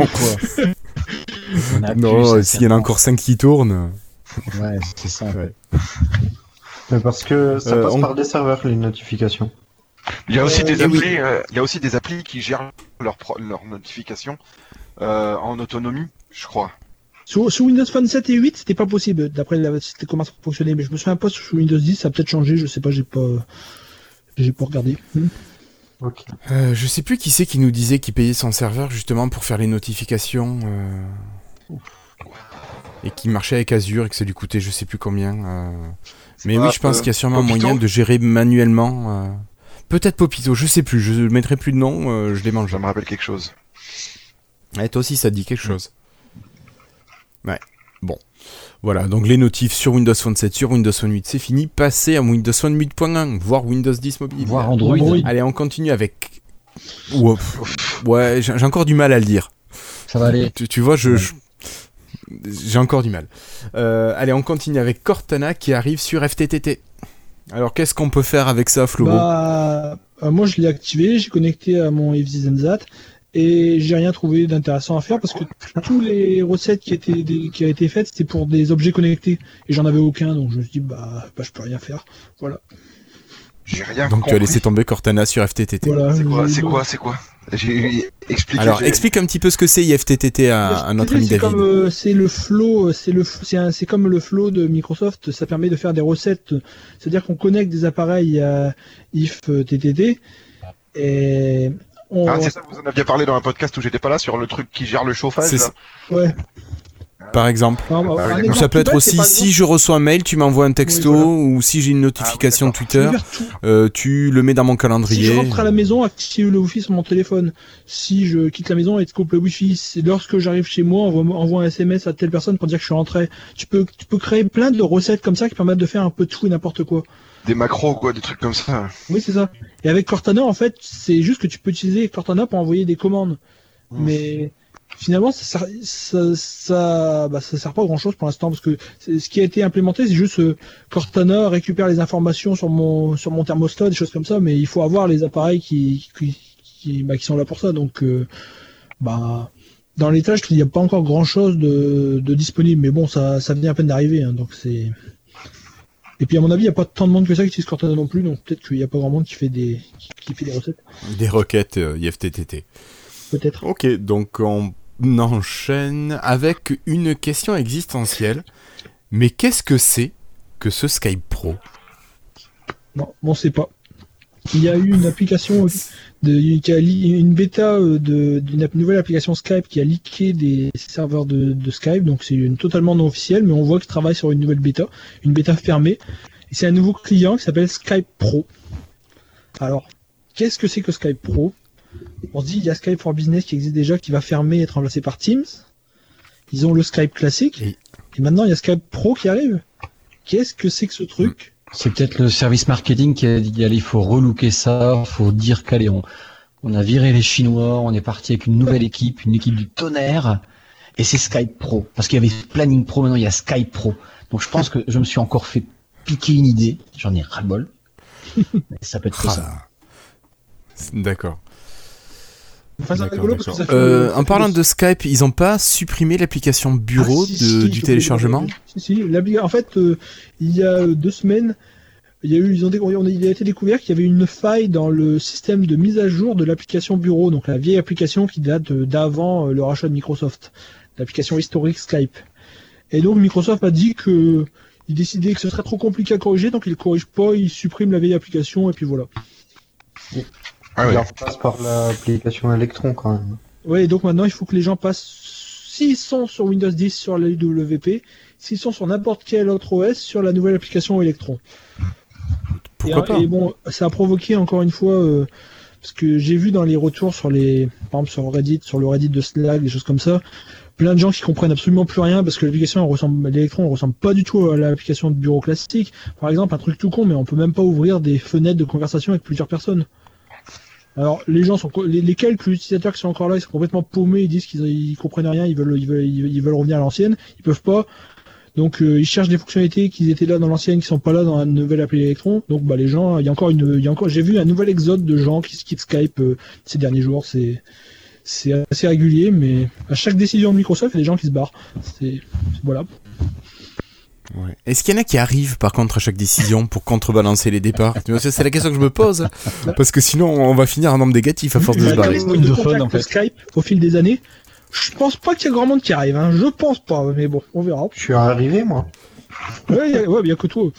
Non, s'il y en a encore 5 qui tournent. Ouais, c'est ça. Ouais. Mais parce que ça passe par des serveurs, les notifications. Il y a aussi des oui. applis, il y a aussi des applis qui gèrent leurs notifications en autonomie, je crois. Sur Windows Phone 7 et 8, c'était pas possible, d'après c'était comment ça fonctionnait, mais je me souviens pas sur Windows 10, ça a peut-être changé, je sais pas, j'ai pas regardé. Ok. Je sais plus qui c'est qui nous disait qu'il payait son serveur justement pour faire les notifications et qui marchait avec Azure et que ça lui coûtait je sais plus combien. Mais oui, je pense qu'il y a sûrement Popito moyen de gérer manuellement. Peut-être Popito, je sais plus, je mettrai plus de nom, je les mange. Ça me rappelle quelque chose. Ouais, toi aussi ça te dit quelque chose. Ouais, bon. Voilà, donc les notifs sur Windows Phone 7, sur Windows Phone 8, c'est fini. Passez à Windows Phone 8.1, voire Windows 10 mobile. Voire Android. Allez, on continue avec... Ouais, j'ai encore du mal à le dire. Ça va aller. Tu vois, j'ai encore du mal. Allez, on continue avec Cortana qui arrive sur FTTT. Alors, qu'est-ce qu'on peut faire avec ça, Flo? Moi, je l'ai activé, j'ai connecté à mon FZ Zenzat. Et j'ai rien trouvé d'intéressant à faire parce que tous les recettes qui a été faites c'était pour des objets connectés et j'en avais aucun, donc je me suis dit je peux rien faire. Voilà. J'ai rien Donc compris. tu as laissé tomber Cortana sur FTTT. Voilà. C'est quoi Expliquez. Alors explique un petit peu ce que c'est IFTTT à notre ami David. C'est le flow, c'est comme le flow de Microsoft, ça permet de faire des recettes, c'est-à-dire qu'on connecte des appareils à IFTTT et c'est ça, vous en aviez parlé dans un podcast où j'étais pas là sur le truc qui gère le chauffage. C'est là. Ouais. Par exemple. Un Ou exemple ça peut tout être bête, c'est aussi par si exemple- je reçois un mail, tu m'envoies un texto, Oui, voilà. ou si j'ai une notification d'accord. Twitter, tu le mets dans mon Si calendrier. je rentre à la maison, active le Wi-Fi sur mon téléphone. Si je quitte la maison et coupe le Wi-Fi, c'est lorsque j'arrive chez moi, on envoie un SMS à telle personne pour dire que je suis rentré. Tu peux créer plein de recettes comme ça qui permettent de faire un peu de tout et n'importe quoi. Des macros, quoi, des trucs comme ça. Oui, c'est ça. Et avec Cortana, en fait, c'est juste que tu peux utiliser Cortana pour envoyer des commandes. Mais finalement, ça sert pas à grand chose pour l'instant parce que ce qui a été implémenté, c'est juste Cortana récupère les informations sur mon thermostat, des choses comme ça, mais il faut avoir les appareils qui sont là pour ça. Donc, dans l'étage, il n'y a pas encore grand chose de disponible, mais bon, ça vient à peine d'arriver, hein, donc c'est. Et puis à mon avis, il n'y a pas tant de monde que ça qui utilise Cortana non plus, donc peut-être qu'il n'y a pas grand monde qui fait des recettes. Des requêtes IFTTT. Peut-être. Ok, donc on enchaîne avec une question existentielle. Mais qu'est-ce que c'est que ce Skype Pro? Non, on sait pas. Il y a eu une application une bêta d'une nouvelle application Skype qui a leaké des serveurs de Skype, donc c'est totalement non officiel, mais on voit qu'ils travaillent sur une nouvelle bêta, une bêta fermée. Et c'est un nouveau client qui s'appelle Skype Pro. Alors, qu'est-ce que c'est que Skype Pro? On se dit, il y a Skype for Business qui existe déjà, qui va fermer et être remplacé par Teams. Ils ont le Skype classique. Et maintenant, il y a Skype Pro qui arrive. Qu'est-ce que c'est que ce truc? C'est peut-être le service marketing qui a dit, allez, il faut relooker ça, faut dire qu'allez, on a viré les Chinois, on est parti avec une nouvelle équipe, une équipe du tonnerre, et c'est Skype Pro. Parce qu'il y avait Planning Pro, maintenant il y a Skype Pro. Donc je pense que je me suis encore fait piquer une idée, j'en ai ras-le-bol. Mais ça peut être que ça. D'accord. Enfin, c'est rigolo parce que ça En parlant de Skype, ils n'ont pas supprimé l'application bureau du téléchargement? Si. En fait, il y a 2 semaines, il a été découvert qu'il y avait une faille dans le système de mise à jour de l'application bureau, donc la vieille application qui date d'avant le rachat de Microsoft, l'application historique Skype. Et donc Microsoft a dit que il décidait que ce serait trop compliqué à corriger, donc il ne corrige pas, il supprime la vieille application et puis voilà. Ah ouais. Il en passe par l'application Electron quand même. Ouais, et donc maintenant il faut que les gens passent, s'ils sont sur Windows 10 sur la UWP, s'ils sont sur n'importe quel autre OS sur la nouvelle application Electron. Pourquoi pas? Et bon, ça a provoqué encore une fois, parce que j'ai vu dans les retours par exemple sur Reddit, sur le Reddit de Slack, des choses comme ça, plein de gens qui comprennent absolument plus rien parce que l'application l'Electron ressemble pas du tout à l'application de bureau classique. Par exemple, un truc tout con, mais on peut même pas ouvrir des fenêtres de conversation avec plusieurs personnes. Alors les gens les quelques utilisateurs qui sont encore là, ils sont complètement paumés, ils disent qu'ils comprennent rien, ils veulent revenir à l'ancienne, ils peuvent pas. Donc ils cherchent des fonctionnalités qui étaient là dans l'ancienne, qui sont pas là dans la nouvelle appli Electron. Donc bah les gens, il y a encore j'ai vu un nouvel exode de gens qui se quittent Skype ces derniers jours. C'est assez régulier, mais à chaque décision de Microsoft, il y a des gens qui se barrent. Voilà. Ouais. Est-ce qu'il y en a qui arrivent par contre à chaque décision pour contrebalancer les départs? C'est la question que je me pose, parce que sinon on va finir en nombre négatif à force de se barrer. De contact en fait. Skype au fil des années, je pense pas qu'il y a grand monde qui arrive, hein. Je pense pas, mais bon, on verra. Je suis arrivé moi. Ouais, y a que toi.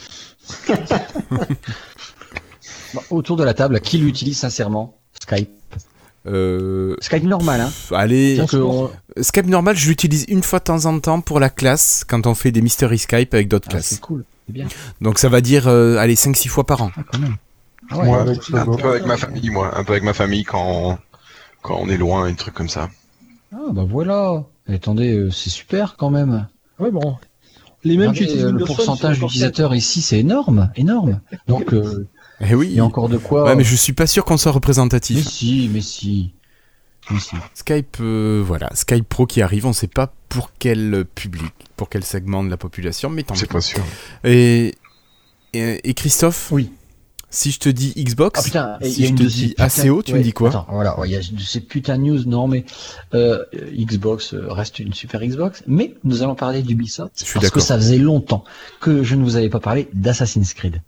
Bon, autour de la table, qui l'utilise sincèrement? Skype. Skype normal, hein. Allez, Skype normal, je l'utilise une fois de temps en temps pour la classe, quand on fait des mystery Skype avec d'autres classes. C'est cool, c'est bien. Donc ça va dire, allez, 5-6 fois par an. Ah, quand même. Ah ouais, un peu avec ma famille, moi. Un peu avec ma famille quand on est loin et des trucs comme ça. Ah, bah voilà. Et attendez, c'est super quand même. Ouais, bon. Les mêmes qui utilisent le pourcentage d'utilisateurs ici, c'est énorme. Donc, eh oui. Il y a encore de quoi. Ouais, mais je suis pas sûr qu'on soit représentatif. Mais si. Skype, voilà, Skype Pro qui arrive, on sait pas pour quel public, pour quel segment de la population, mais tant mieux. C'est pas sûr. Et Christophe, oui. Si je te dis Xbox, si je te dis ACO, tu me dis quoi? Attends, voilà, il y a de ces putains de news, non mais Xbox reste une super Xbox, mais nous allons parler d'Ubisoft parce que ça faisait longtemps que je ne vous avais pas parlé d'Assassin's Creed.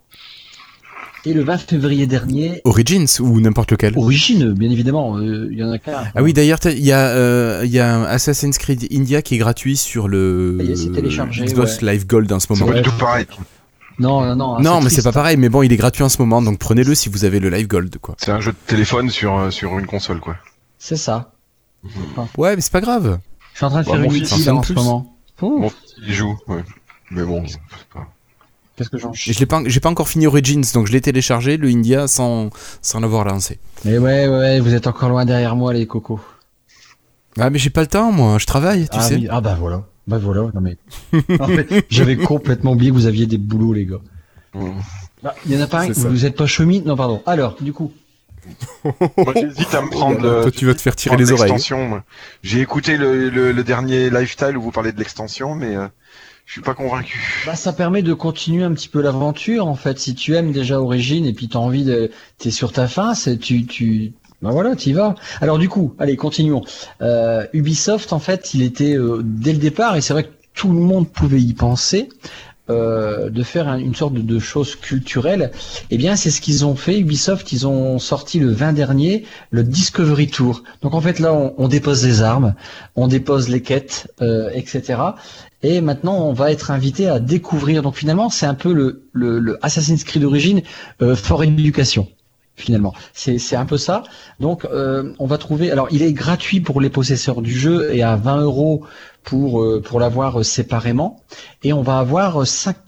Et le 20 février dernier... Origins ou n'importe lequel? Origins, bien évidemment, il y en a qu'un. Ah oui, d'ailleurs, il y a un Assassin's Creed India qui est gratuit sur le Xbox Live Gold en ce moment. C'est pas du tout pareil. Non, mais c'est pas pareil, mais bon, il est gratuit en ce moment, donc prenez-le si vous avez le Live Gold, quoi. C'est un jeu de téléphone sur une console, quoi. C'est ça. Ouais, mais c'est pas grave. Je suis en train de faire une utile en ce moment. Mon fils, il joue, ouais. Mais bon, c'est pas... Qu'est-ce que j'en chie. J'ai pas encore fini Origins, donc je l'ai téléchargé, le India, sans l'avoir lancé. Mais ouais, vous êtes encore loin derrière moi, les cocos. Ah, mais j'ai pas le temps, moi, je travaille, tu sais. Oui. Ah bah voilà, non mais... en fait, j'avais complètement oublié que vous aviez des boulots, les gars. Il y en a pas un, vous êtes pas chemin. Non, pardon. Alors, du coup... Moi, j'hésite à me prendre toi, tu vas te faire tirer les oreilles. J'ai écouté le dernier Lifestyle où vous parlez de l'extension, mais... je suis pas convaincu. Bah, ça permet de continuer un petit peu l'aventure, en fait. Si tu aimes déjà Origins et puis t'as envie t'es sur ta fin, bah voilà, t'y vas. Alors du coup, allez, continuons. Ubisoft, en fait, il était dès le départ, et c'est vrai que tout le monde pouvait y penser, de faire une sorte de chose culturelle. Eh bien, c'est ce qu'ils ont fait. Ubisoft, ils ont sorti le 20 dernier le Discovery Tour. Donc en fait, là, on dépose les armes, on dépose les quêtes, etc. Et maintenant, on va être invité à découvrir. Donc finalement, c'est un peu le Assassin's Creed Origins for Education. Finalement, c'est un peu ça. Donc, on va trouver. Alors, il est gratuit pour les possesseurs du jeu et à 20 € pour l'avoir séparément. Et on va avoir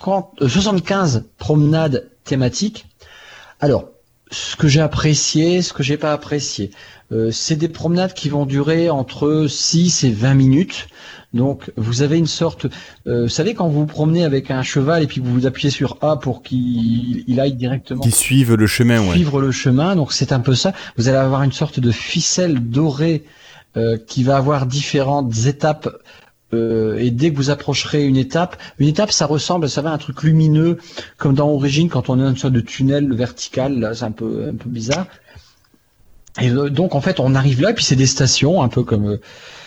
75 promenades thématiques. Alors, ce que j'ai apprécié, ce que j'ai pas apprécié, c'est des promenades qui vont durer entre 6 et 20 minutes. Donc, vous avez une sorte, vous savez, quand vous vous promenez avec un cheval et puis vous appuyez sur A pour qu'il aille directement. Qu'il suive le chemin, ouais. Suivre le chemin. Donc, c'est un peu ça. Vous allez avoir une sorte de ficelle dorée qui va avoir différentes étapes. Et dès que vous approcherez une étape, ça ressemble, ça va à un truc lumineux, comme dans Origins quand on est dans une sorte de tunnel vertical. Là, c'est un peu bizarre. Et donc, en fait, on arrive là et puis c'est des stations, un peu comme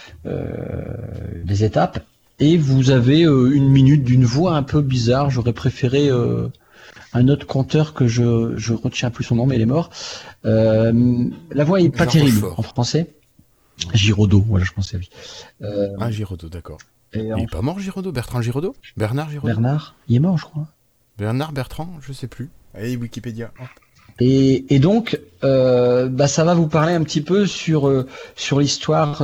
des étapes, et vous avez une minute d'une voix un peu bizarre. J'aurais préféré un autre conteur que je retiens plus son nom, mais il est mort. La voix est pas terrible en français. Giraudot, voilà, je pensais à lui. Giraudot, d'accord. Il est pas mort, Giraudot? Bertrand Giraudot? Bernard Giraudot? Bernard, il est mort, je crois. Bertrand, je sais plus. Allez, Wikipédia. Et donc, ça va vous parler un petit peu sur l'histoire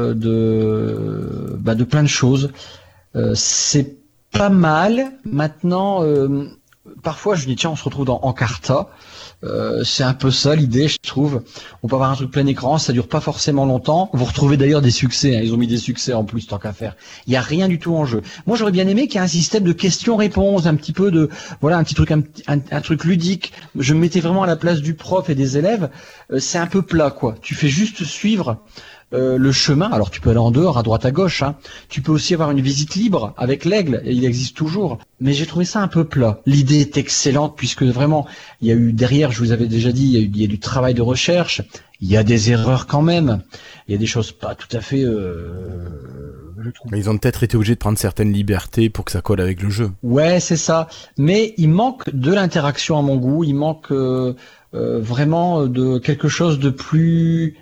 de plein de choses. C'est pas mal. Maintenant, parfois je dis tiens, on se retrouve dans Encarta. C'est un peu ça l'idée, je trouve. On peut avoir un truc plein écran, ça dure pas forcément longtemps. Vous retrouvez d'ailleurs des succès, hein. Ils ont mis des succès en plus tant qu'à faire. Il y a rien du tout en jeu. Moi, j'aurais bien aimé qu'il y ait un système de questions-réponses, un petit peu de un petit truc, un truc ludique. Je me mettais vraiment à la place du prof et des élèves. C'est un peu plat, quoi. Tu fais juste suivre le chemin. Alors tu peux aller en dehors, à droite, à gauche. Hein. Tu peux aussi avoir une visite libre avec l'aigle, et il existe toujours. Mais j'ai trouvé ça un peu plat. L'idée est excellente puisque vraiment, il y a eu derrière, je vous avais déjà dit, il y a du travail de recherche. Il y a des erreurs quand même. Il y a des choses pas tout à fait. Je trouve. Ils ont peut-être été obligés de prendre certaines libertés pour que ça colle avec le jeu. Ouais, c'est ça. Mais il manque de l'interaction à mon goût. Il manque vraiment de quelque chose de plus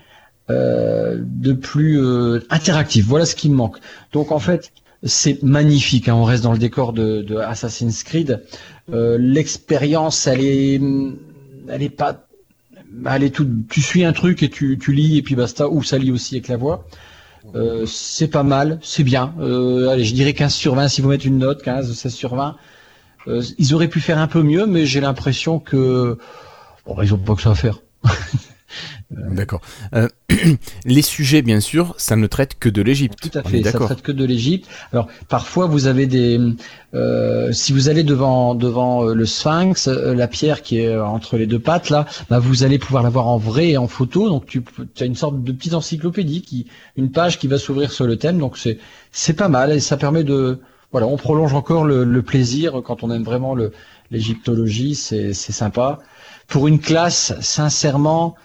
interactif. Voilà ce qui me manque. Donc en fait, c'est magnifique. Hein. On reste dans le décor de Assassin's Creed. L'expérience, elle est pas. Allez, tu suis un truc et tu lis et puis basta, ou ça lit aussi avec la voix. C'est pas mal, c'est bien. Allez, je dirais 15 sur 20 si vous mettez une note, 15, 16 sur 20. Ils auraient pu faire un peu mieux, mais j'ai l'impression que ils ont pas que ça à faire. D'accord. Les sujets, bien sûr, ça ne traite que de l'Égypte. Tout à fait, ça traite que de l'Égypte. Alors, parfois, vous avez si vous allez devant le Sphinx, la pierre qui est entre les deux pattes, là, bah, vous allez pouvoir la voir en vrai et en photo. Donc, tu as une sorte de petite encyclopédie, une page qui va s'ouvrir sur le thème. Donc, c'est pas mal et ça permet voilà, on prolonge encore le plaisir quand on aime vraiment l'égyptologie. C'est sympa. Pour une classe, sincèrement,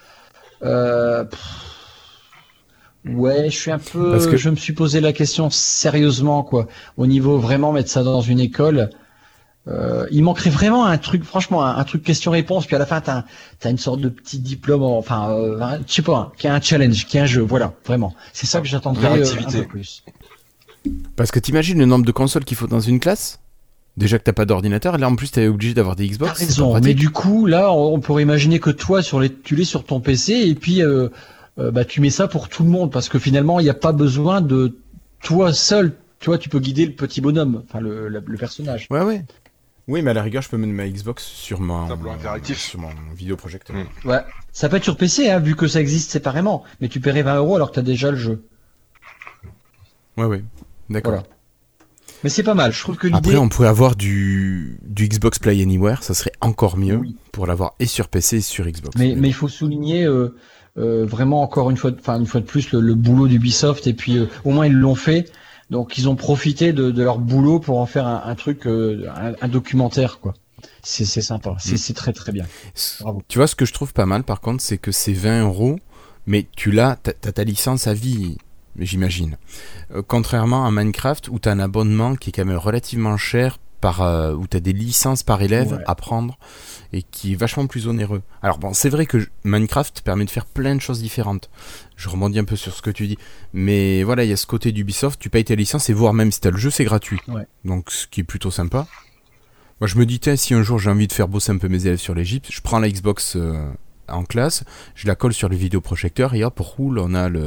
ouais, je suis un peu. Parce que je me suis posé la question sérieusement, quoi. Au niveau vraiment mettre ça dans une école, il manquerait vraiment un truc, franchement, un truc question-réponse. Puis à la fin, t'as une sorte de petit diplôme, je sais pas, qui a un challenge, qui a un jeu. Voilà, vraiment. C'est ça que j'attendrais un peu plus. Parce que t'imagines le nombre de consoles qu'il faut dans une classe. Déjà que t'as pas d'ordinateur, et là en plus t'es obligé d'avoir des Xbox. T'as raison, mais du coup là on pourrait imaginer que toi tu l'es sur ton PC et puis tu mets ça pour tout le monde parce que finalement il n'y a pas besoin de toi seul. Tu vois, tu peux guider le petit bonhomme, enfin le personnage. Ouais. Oui, mais à la rigueur je peux mettre ma Xbox sur mon tableau interactif, sur mon vidéoprojecteur. Ouais, ça peut être sur PC vu que ça existe séparément, mais tu paierais 20 € alors que t'as déjà le jeu. Ouais, d'accord. Voilà. Mais c'est pas mal, je trouve que l'idée... Après, on pourrait avoir du Xbox Play Anywhere, ça serait encore mieux pour l'avoir et sur PC et sur Xbox. Mais il faut souligner vraiment encore une fois de plus le boulot d'Ubisoft et puis au moins ils l'ont fait, donc ils ont profité de leur boulot pour en faire un truc, un documentaire quoi. C'est sympa, c'est très très bien. Bravo. Tu vois, ce que je trouve pas mal par contre, c'est que c'est 20 €, mais t'as ta licence à vie. J'imagine. Contrairement à Minecraft où tu as un abonnement qui est quand même relativement cher où tu as des licences par élève à prendre et qui est vachement plus onéreux. Alors bon, c'est vrai que Minecraft permet de faire plein de choses différentes. Je rebondis un peu sur ce que tu dis. Mais voilà, il y a ce côté d'Ubisoft, tu payes ta licence et voire même si tu as le jeu, c'est gratuit. Ouais. Donc ce qui est plutôt sympa. Moi je me dis, si un jour j'ai envie de faire bosser un peu mes élèves sur l'Égypte, je prends la Xbox en classe, je la colle sur le vidéoprojecteur et hop, roule,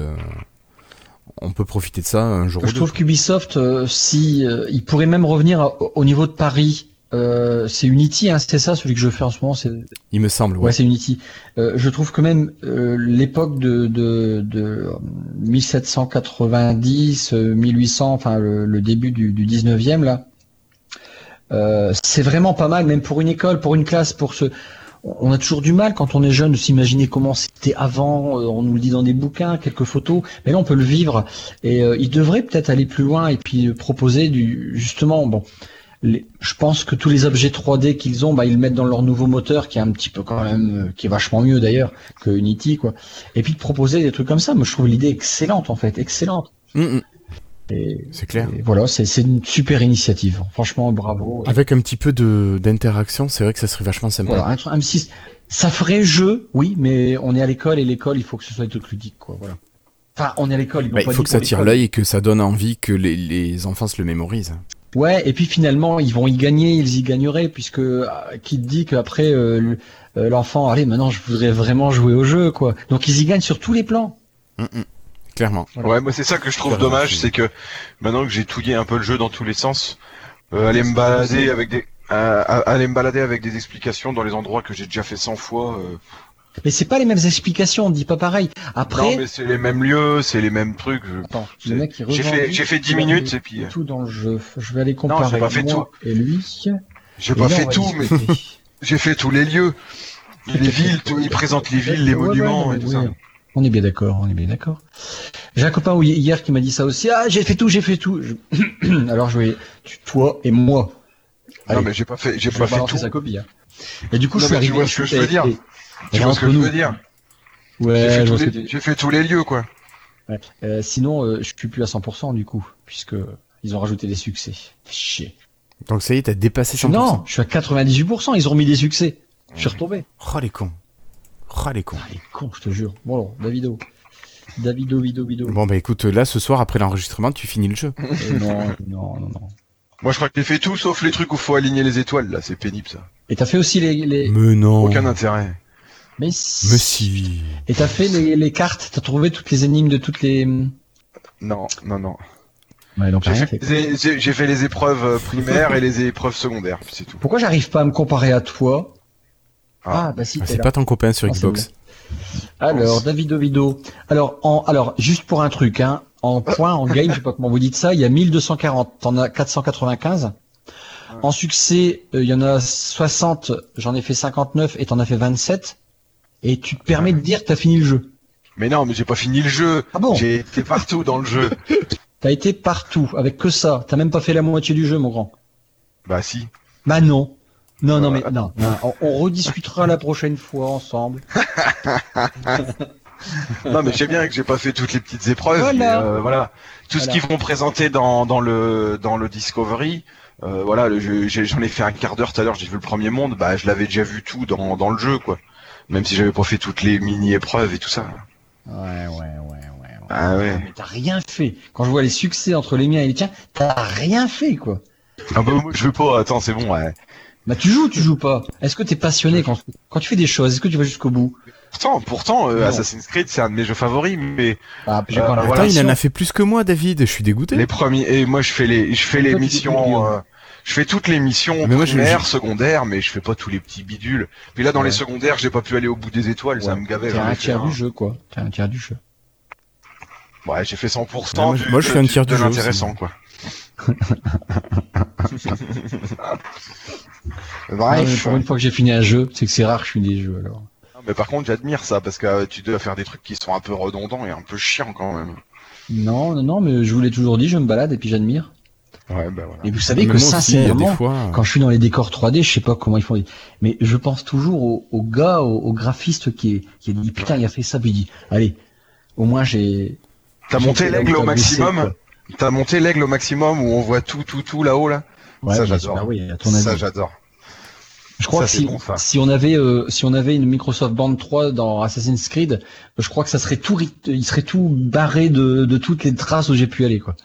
on peut profiter de ça un jour ou deux. Je trouve qu'Ubisoft, il pourrait même revenir au niveau de Paris. C'est Unity, hein, c'est ça, celui que je fais en ce moment. Il me semble. Ouais, c'est Unity. Je trouve que même l'époque de 1790, 1800, enfin le début du 19e là, c'est vraiment pas mal, même pour une école, pour une classe, On a toujours du mal quand on est jeune de s'imaginer comment c'était avant, on nous le dit dans des bouquins, quelques photos, mais là on peut le vivre et ils devraient peut-être aller plus loin et puis proposer je pense que tous les objets 3D qu'ils ont, ils le mettent dans leur nouveau moteur qui est un petit peu quand même, qui est vachement mieux d'ailleurs que Unity quoi. Et puis de proposer des trucs comme ça, moi je trouve l'idée excellente en fait, excellente. C'est clair. Et voilà, c'est une super initiative. Franchement, bravo. Avec un petit peu d'interaction, c'est vrai que ça serait vachement sympa. Voilà, un M6, ça ferait jeu, oui, mais on est à l'école et l'école, il faut que ce soit des trucs ludiques, quoi. Voilà. Enfin, on est à l'école. Il faut que ça tire l'œil et que ça donne envie que les enfants se le mémorisent. Ouais, et puis finalement, ils vont y gagner, ils y gagneraient, puisque qui te dit qu'après l'enfant, allez, maintenant, je voudrais vraiment jouer au jeu, quoi. Donc ils y gagnent sur tous les plans. Clairement. Voilà. Ouais, moi c'est ça que je trouve dommage, c'est que maintenant que j'ai touillé un peu le jeu dans tous les sens, aller me balader avec des explications dans les endroits que j'ai déjà fait 100 fois. Mais c'est pas les mêmes explications, on dit pas pareil. Après. Non, mais c'est les mêmes lieux, c'est les mêmes trucs. Attends, le mec qui j'ai fait 10 minutes et puis. Tout dans le jeu. Je vais aller comparer. Non, j'ai pas fait tout. Et lui. J'ai pas fait tout, mais j'ai fait tous les lieux, les villes, il présente les villes, les monuments et tout ça. On est bien d'accord, J'ai un copain hier qui m'a dit ça aussi. Ah, j'ai fait tout. Alors je vais, toi et moi. Non, Allez, mais j'ai pas fait je vais balancer tout. sa copie. Hein. Et du coup, Non, je suis mais tu arrivé. vois ce que je veux dire. Tu vois ce que je veux dire. Ouais, J'ai fait tous les lieux, quoi. Ouais. Sinon, je suis plus à 100% du coup, puisque ils ont rajouté des succès. Chier. Donc ça y est, t'as dépassé 100%. Non, je suis à 98%. Ils ont mis des succès. Je suis retombé. Oh les cons. Ah, les cons, je te jure. Bon, alors, Davido. Bon bah écoute, là ce soir après l'enregistrement, tu finis le jeu. Non. Moi, je crois que j'ai fait tout sauf les trucs où faut aligner les étoiles, là. C'est pénible, ça. Et t'as fait aussi les... Mais non. Aucun intérêt. Mais si. Et t'as fait les cartes. T'as trouvé toutes les énigmes de toutes les... Non. Ouais, donc rien fait. J'ai fait les épreuves primaires et les épreuves secondaires, puis c'est tout. Pourquoi j'arrive pas à me comparer à toi? Bah si, Ah, t'es c'est là. pas ton copain sur Ah, Xbox. Alors, Davido. Alors, juste pour un truc, hein, en points, en game, je sais pas comment vous dites ça, il y a 1240, t'en as 495. En succès, il y en a 60, j'en ai fait 59 et t'en as fait 27. Et tu te permets de dire que t'as fini le jeu. Mais non, mais j'ai pas fini le jeu. Ah bon? J'ai été partout dans le jeu. T'as été partout, avec que ça. T'as même pas fait la moitié du jeu, mon grand. Bah si. Bah non. Non, mais non. On rediscutera la prochaine fois ensemble. Non, mais je sais bien que j'ai pas fait toutes les petites épreuves. Voilà. Mais, voilà. Tout ce qu'ils vont présenter dans le Discovery, voilà, j'en ai fait un quart d'heure tout à l'heure. J'ai vu le premier monde. Bah, je l'avais déjà vu tout dans le jeu, quoi. Même si j'avais pas fait toutes les mini épreuves et tout ça. Ouais. Ah ouais. Mais t'as rien fait. Quand je vois les succès entre les miens et les tiens, t'as rien fait, quoi. Ah bah moi je veux pas. Attends, c'est bon. Ouais. Bah tu joues pas. Est-ce que t'es passionné quand tu fais des choses? Est-ce que tu vas jusqu'au bout? Pourtant, Assassin's Creed c'est un de mes jeux favoris, mais J'ai quand la Attends, il en relation. a fait plus que moi, David. Je suis dégoûté. les premiers. Et moi je fais les toi, tu missions. fais Je fais toutes les missions Mais moi, primaires, secondaires, mais je fais pas tous les petits bidules. Puis là, dans Ouais. les secondaires, j'ai pas pu aller au bout des étoiles, ça me gavait. T'es j'en ai un fait tiers un. du jeu, quoi. T'es un tiers du jeu. Ouais, j'ai fait 100% Ouais, moi, je fais un tiers du de jeu l'intéressant, aussi. quoi. Mais Bref. pour une fois que j'ai fini un jeu, c'est que c'est rare que je finis des jeux, alors. Non, mais par contre, j'admire ça, parce que tu dois faire des trucs qui sont un peu redondants et un peu chiants quand même. Non, mais je vous l'ai toujours dit, je me balade et puis j'admire. Ouais, bah voilà. Et vous savez Mais que moi aussi, il y a sincèrement, des fois. quand je suis dans les décors 3D, je sais pas comment ils font. Mais je pense toujours au gars, au graphiste qui a dit putain, il a fait ça, puis il dit allez, au moins j'ai. T'as j'ai monté fait là où l'aigle au t'as bossé, maximum? quoi. T'as monté l'aigle au maximum où on voit tout là-haut, là? Ouais, Ça, bien j'adore. sûr, bah oui, à ton avis. Ça, j'adore. Je crois ça, que c'est bon, ça. si on avait une Microsoft Band 3 dans Assassin's Creed, je crois que ça serait il serait tout barré de toutes les traces où j'ai pu aller, quoi.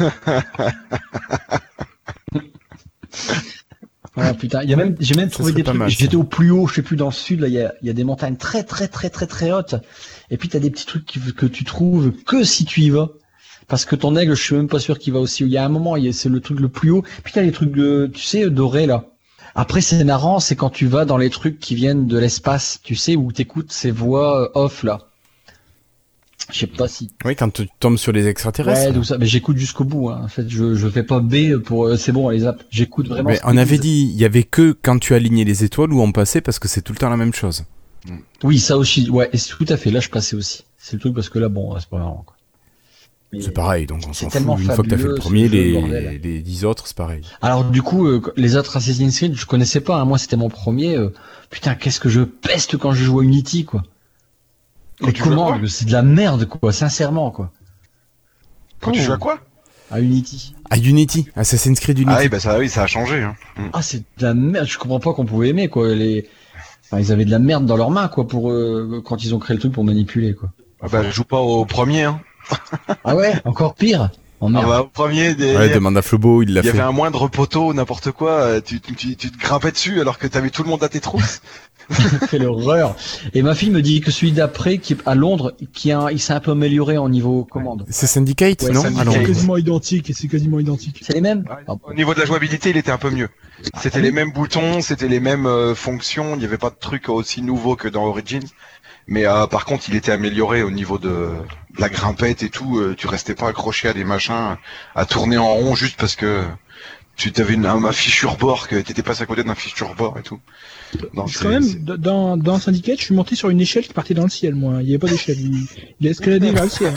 Ah putain, j'ai même trouvé serait des pas trucs. mal, ça. J'étais au plus haut, je sais plus, dans le sud, là, il y a des montagnes très hautes. Et puis t'as des petits trucs que tu trouves que si tu y vas. Parce que ton aigle, je suis même pas sûr qu'il va aussi. Il y a un moment, c'est le truc le plus haut. Puis t'as les trucs tu sais, dorés, là. Après, c'est marrant, c'est quand tu vas dans les trucs qui viennent de l'espace, tu sais, où t'écoutes ces voix off, là. Je sais pas si. Oui, quand tu tombes sur les extraterrestres. Ouais, tout ça. Mais j'écoute jusqu'au bout, hein. En fait, je fais pas B pour, c'est bon, les zappe. J'écoute vraiment. Mais ce on qu'ils avait disent. dit, il y avait que quand tu alignais les étoiles où on passait parce que c'est tout le temps la même chose. Oui, ça aussi. Ouais, et c'est tout à fait. Là, je passais aussi. C'est le truc parce que là, bon, c'est pas marrant, quoi. Mais- C'est pareil, donc on c'est s'en fout. tellement Une fois que t'as fait le fabuleux, premier, ce jeu, bordel. les 10 autres, c'est pareil. Alors, du coup, les autres Assassin's Creed, je connaissais pas, hein. Moi, c'était mon premier. Putain, qu'est-ce que je peste quand je joue à Unity, quoi. Quand Les tu joues à commandes, c'est de la merde, quoi. Sincèrement, quoi. Quand tu joues à quoi? À Unity. Ah, Unity, Assassin's Creed Unity. Ah oui, bah ça, oui, ça a changé, hein. Ah, c'est de la merde. Je comprends pas qu'on pouvait aimer, quoi. Enfin, ils avaient de la merde dans leurs mains, quoi, pour quand ils ont créé le truc pour manipuler, quoi. Ah bah, je joue pas au premier, hein. Ah ouais, encore pire. Oh Ah merde. bah, au premier, Ouais, demande à Flobo, il l'a il y fait. avait un moindre poteau, n'importe quoi, tu te grimpais dessus alors que t'avais tout le monde à tes trousses. Quelle horreur. Et ma fille me dit que celui d'après, qui est à Londres, il s'est un peu amélioré en niveau commande. C'est Syndicate, Ouais, non Syndicate. Alors, C'est quasiment identique et c'est quasiment identique. C'est les mêmes? Ah, Au niveau de la jouabilité, il était un peu mieux. C'était les mêmes boutons, c'était les mêmes fonctions, il n'y avait pas de trucs aussi nouveaux que dans Origins. Mais par contre, il était amélioré au niveau de la grimpette et tout. Tu restais pas accroché à des machins, à tourner en rond juste parce que Tu t'avais un fichur bord, que t'étais passé à côté d'un fichur bord et tout. Non, Quand même, dans Syndicate, je suis monté sur une échelle qui partait dans le ciel, moi. Il n'y avait pas d'échelle. Il a escaladé vers le ciel.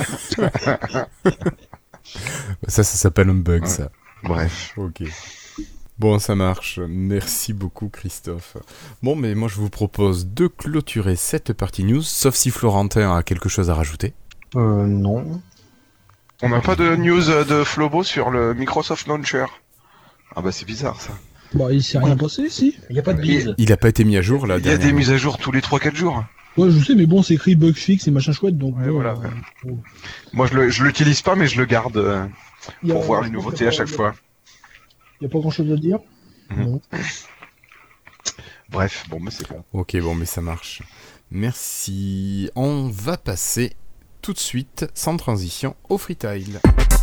Ça s'appelle un bug, ça. Bref. Ok. Bon, ça marche. Merci beaucoup, Christophe. Bon, mais moi, je vous propose de clôturer cette partie news, sauf si Florentin a quelque chose à rajouter. Non. On n'a pas de news de Flobo sur le Microsoft Launcher. Ah bah c'est bizarre ça. Bon, il s'est rien passé, si. Il n'y a pas de bise. Il a pas été mis à jour, là, Il y a des mises à jour tous les 3-4 jours. Ouais, je sais, mais bon, c'est écrit bug fix et machin chouette, donc. Ouais, bon, voilà, ouais. Moi je l'utilise pas, mais je le garde il y a- pour voir les nouveautés à chaque fois. Il n'y a pas grand chose à dire. Mhm. Bon. Bref, bon, mais c'est bon. Ok, bon, mais ça marche. Merci. On va passer tout de suite, sans transition, au freetile.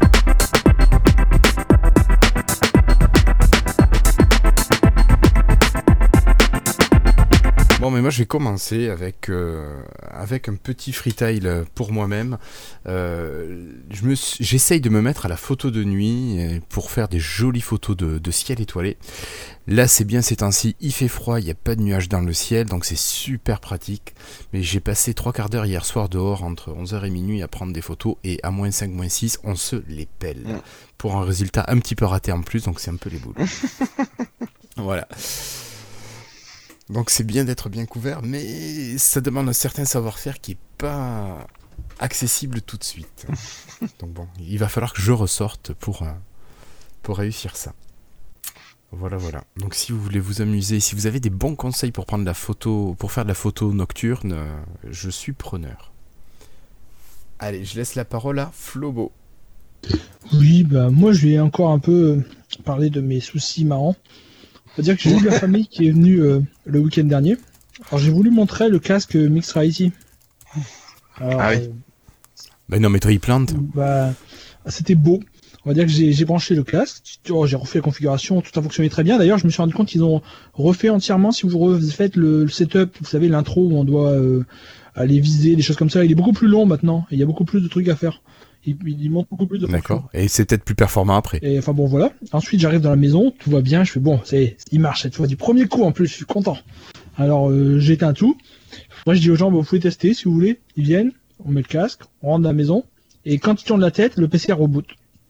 Bon, mais moi je vais commencer avec un petit freetile pour moi-même. J'essaye de me mettre à la photo de nuit pour faire des jolies photos de ciel étoilé. Là c'est bien ces temps-ci, il fait froid, il n'y a pas de nuages dans le ciel, donc c'est super pratique. Mais j'ai passé 3/4 d'heure hier soir dehors entre 11h et minuit à prendre des photos et à -5, -6, on se les pèle. Pour un résultat un petit peu raté en plus, donc c'est un peu les boules. Voilà. Donc c'est bien d'être bien couvert, mais ça demande un certain savoir-faire qui n'est pas accessible tout de suite. Donc bon, il va falloir que je ressorte pour réussir ça. Voilà. Donc si vous voulez vous amuser, si vous avez des bons conseils pour prendre la photo, pour faire de la photo nocturne, je suis preneur. Allez, je laisse la parole à Flobo. Oui, bah, moi, je vais encore un peu parler de mes soucis marrants. C'est-à-dire que j'ai eu la famille qui est venue le week-end dernier. Alors j'ai voulu montrer le casque Mixed Reality. Alors, Ah oui. Ben non, mais toi il plante. Bah, c'était beau. On va dire que j'ai branché le casque, j'ai refait la configuration, tout a fonctionné très bien. D'ailleurs, je me suis rendu compte qu'ils ont refait entièrement, si vous refaites le setup, vous savez, l'intro où on doit aller viser, des choses comme ça, il est beaucoup plus long maintenant, et il y a beaucoup plus de trucs à faire. Il montre beaucoup plus de D'accord. Et c'est peut-être plus performant après. Et enfin bon voilà. Ensuite j'arrive dans la maison, tout va bien, je fais bon, il marche cette fois du premier coup en plus, je suis content. Alors j'éteins tout. Moi je dis aux gens, vous pouvez tester si vous voulez. Ils viennent, on met le casque, on rentre dans la maison, et quand ils tournent la tête, le PC reboot.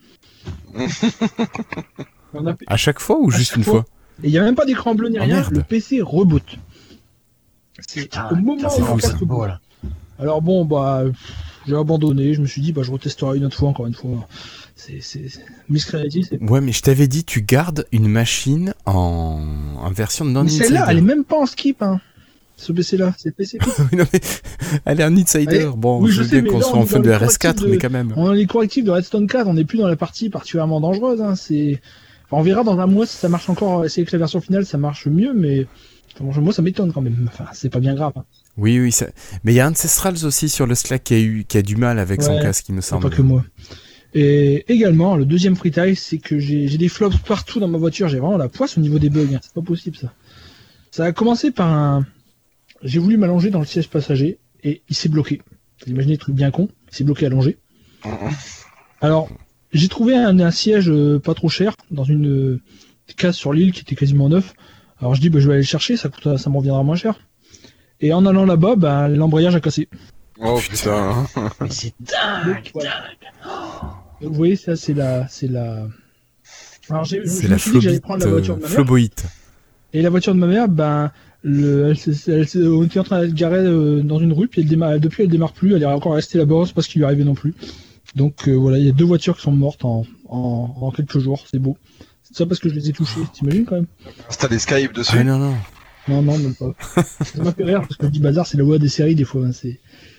À chaque fois ou juste une fois? Et il n'y a même pas d'écran bleu ni rien, merde. le PC reboot. C'est Putain, au moment c'est où fou le ça. casque reboot. Voilà. Alors bon bah j'ai abandonné, je me suis dit bah je retesterai une autre fois, encore une fois. C'est Mixed Reality, c'est. Ouais, mais je t'avais dit, tu gardes une machine en version non Mais insider. celle-là, elle est même pas en skip, hein. Ce PC-là, c'est le PC. Non, mais elle est en insider. Elle est- Bon, oui, je je veux sais, bien mais qu'on là, soit on en est fin dans de le RS4, correctif mais quand même. On a les correctifs de Redstone 4, on n'est plus dans la partie particulièrement dangereuse, hein. Enfin, on verra dans un mois si ça marche encore, si avec la version finale ça marche mieux, mais enfin, moi ça m'étonne quand même. Enfin, c'est pas bien grave, hein. Oui, mais il y a Ancestrals aussi sur le Slack qui a du mal avec son Ouais, casque, il me C'est semble. pas que moi. Et également, le deuxième freetile, c'est que j'ai des flops partout dans ma voiture, j'ai vraiment la poisse au niveau des bugs, hein. C'est pas possible ça. Ça a commencé par j'ai voulu m'allonger dans le siège passager et il s'est bloqué. Vous imaginez le truc bien con, il s'est bloqué allongé. Alors, j'ai trouvé un siège pas trop cher dans une case sur l'île qui était quasiment neuf. Alors je dis bah je vais aller le chercher, ça me reviendra moins cher. Et en allant là-bas, bah, l'embrayage a cassé. Oh putain. Mais c'est dingue. Voilà. Vous voyez, ça c'est la. Alors je C'est me la suis dit que j'allais prendre la voiture de ma mère. Floboïte. Et la voiture de ma mère, ben, on était en train de garer dans une rue, puis depuis elle démarre plus, elle est encore restée là-bas, c'est pas ce qui lui arrivait non plus. Donc voilà, il y a 2 voitures qui sont mortes en quelques jours, c'est beau. C'est ça parce que je les ai touchées, t'imagines quand même? T'as des Skype dessus. Ah non. Non, même pas. Ça m'a fait rire parce que je dis bazar, c'est la voix des séries des fois, hein, c'est.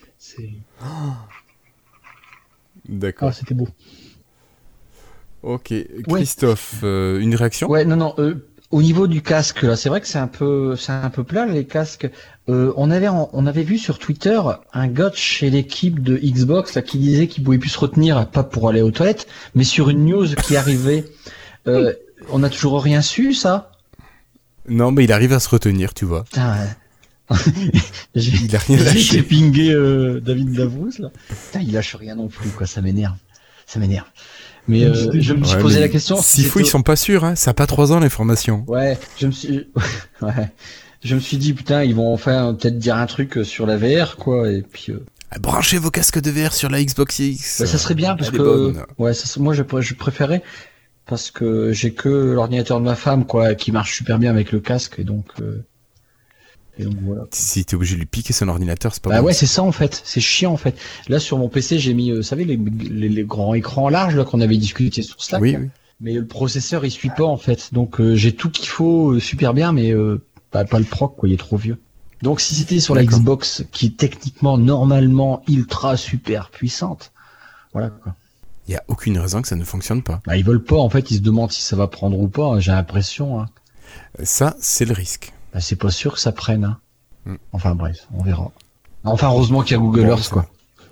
D'accord. Ah, c'était beau. Ok. Christophe, une réaction? Ouais, non. Au niveau du casque, là, c'est vrai que c'est un peu plat les casques. On avait vu sur Twitter un gars chez l'équipe de Xbox là qui disait qu'il pouvait plus se retenir, pas pour aller aux toilettes, mais sur une news qui arrivait. On n'a toujours rien su, ça. Non, mais il arrive à se retenir, tu vois. Putain. Il a rien J'ai lâché. pingé David Davros là. Putain, il lâche rien non plus, quoi. Ça m'énerve. Mais je me suis posé la question. S'il faut, ils sont pas sûrs, hein. Ça a pas 3 ans l'information. Ouais, je me suis dit putain, ils vont enfin peut-être dire un truc sur la VR, quoi, et puis. Branchez vos casques de VR sur la Xbox X. Bah, ça serait bien parce que moi je préférais parce que j'ai que l'ordinateur de ma femme, quoi, qui marche super bien avec le casque, et donc voilà. Si t'es obligé de lui piquer son ordinateur, c'est pas bon. bon. Ouais, c'est ça en fait, c'est chiant en fait. Là sur mon PC, j'ai mis, vous savez, les grands écrans larges là qu'on avait discuté sur Slack. Oui. Mais le processeur il suit pas en fait, donc j'ai tout qu'il faut super bien, mais pas le proc, quoi, il est trop vieux. Donc si c'était sur la Xbox, qui est techniquement normalement ultra super puissante, voilà quoi. Il y a aucune raison que ça ne fonctionne pas. Bah ils veulent pas, en fait, ils se demandent si ça va prendre ou pas, j'ai l'impression. Hein. Ça, c'est le risque. Bah c'est pas sûr que ça prenne. Hein. Enfin bref, on verra. Enfin heureusement qu'il y a Google Earth, quoi.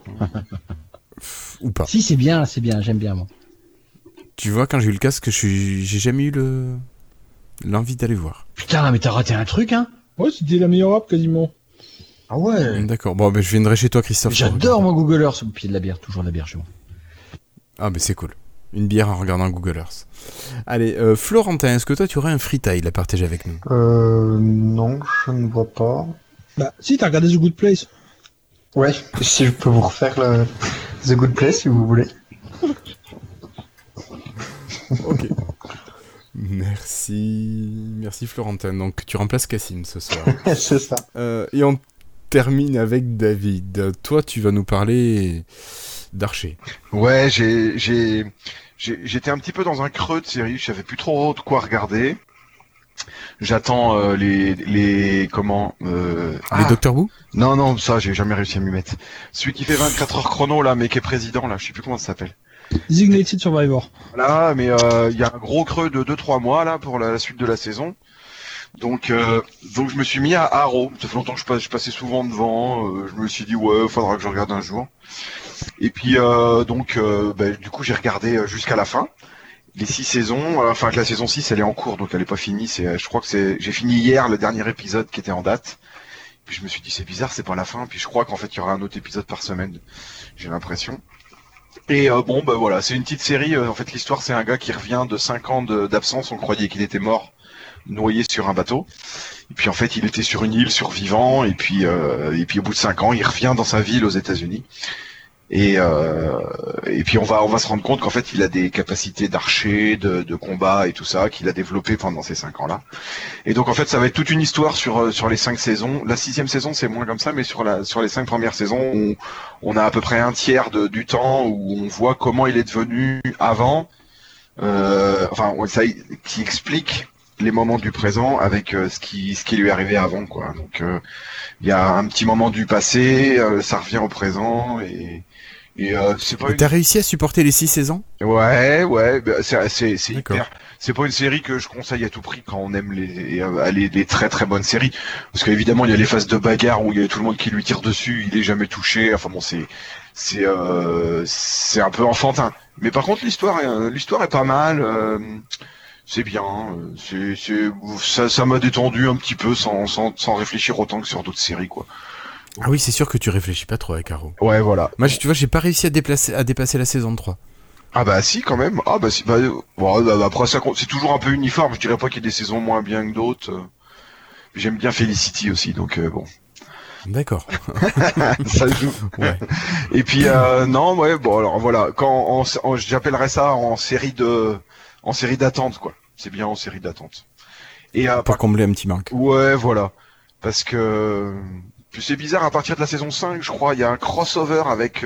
Ou pas. Si c'est bien, j'aime bien moi. Tu vois, quand j'ai eu le casque, j'ai jamais eu l'envie d'aller voir. Putain, mais t'as raté un truc, hein. Ouais, c'était la meilleure app quasiment. Ah ouais. D'accord. Bon, ben je viendrai chez toi, Christophe. J'adore moi Google Earth au pied de la bière, toujours de la bière chez moi. Ah mais c'est cool. Une bière en regardant Google Earth. Allez, Florentin, est-ce que toi tu aurais un freetile à partager avec nous? Non, je ne vois pas. Bah, si, t'as regardé The Good Place. Ouais, si je peux vous refaire The Good Place si vous voulez. Ok. Merci Florentin. Donc tu remplaces Cassim ce soir. C'est ça. Et on termine avec David. Toi, tu vas nous parler d'Archer. Ouais, j'étais un petit peu dans un creux de série. Je savais plus trop de quoi regarder. J'attends les Doctor Who? Non, ça j'ai jamais réussi à m'y mettre. Celui qui fait 24 heures chrono là, mais qui est président là, je sais plus comment ça s'appelle. Designated Survivor. Voilà, mais il y a un gros creux de 2-3 mois là pour la suite de la saison. Donc je me suis mis à Arrow. Ça fait longtemps que je passais souvent devant. Je me suis dit ouais, faudra que je regarde un jour. Et puis du coup j'ai regardé jusqu'à la fin. Les 6 saisons, enfin que la saison 6 elle est en cours, donc elle est pas finie. Je crois que j'ai fini hier le dernier épisode qui était en date. Puis je me suis dit c'est bizarre, c'est pas la fin. Puis je crois qu'en fait il y aura un autre épisode par semaine. J'ai l'impression. Et voilà, c'est une petite série. En fait l'histoire c'est un gars qui revient de 5 ans d'absence. On croyait qu'il était mort, noyé sur un bateau. Et puis en fait il était sur une île survivant. Et puis au bout de 5 ans il revient dans sa ville aux États-Unis. Et puis on va se rendre compte qu'en fait il a des capacités d'archer, de combat et tout ça qu'il a développé pendant ces 5 ans-là. Et donc en fait ça va être toute une histoire sur les 5 saisons. La 6e saison c'est moins comme ça, mais sur les 5 premières saisons on a à peu près un tiers du temps où on voit comment il est devenu avant. Qui explique les moments du présent avec ce qui lui est arrivé avant, quoi. Donc il y a un petit moment du passé, ça revient au présent et c'est pas. T'as réussi à supporter les 6 saisons? Ouais, bah, c'est hyper. C'est pas une série que je conseille à tout prix quand on aime les très très bonnes séries, parce qu'évidemment il y a les phases de bagarre où il y a tout le monde qui lui tire dessus, il est jamais touché. Enfin bon, c'est un peu enfantin. Mais par contre l'histoire est pas mal. C'est bien, ça m'a détendu un petit peu sans réfléchir autant que sur d'autres séries, quoi. Ah oui, c'est sûr que tu réfléchis pas trop avec Arrow. Ouais, voilà. Moi, tu vois, j'ai pas réussi à dépasser la saison 3. Ah bah si, quand même. Ah bah si, après ça, c'est toujours un peu uniforme. Je dirais pas qu'il y ait des saisons moins bien que d'autres. J'aime bien Felicity aussi, donc bon. D'accord. Ça joue. Ouais. Et puis non, ouais, bon alors voilà, j'appellerais ça en série d'attente, quoi. C'est bien en série d'attente. Et pour combler un petit manque. Ouais, voilà. Parce que c'est bizarre, à partir de la saison 5, je crois, il y a un crossover avec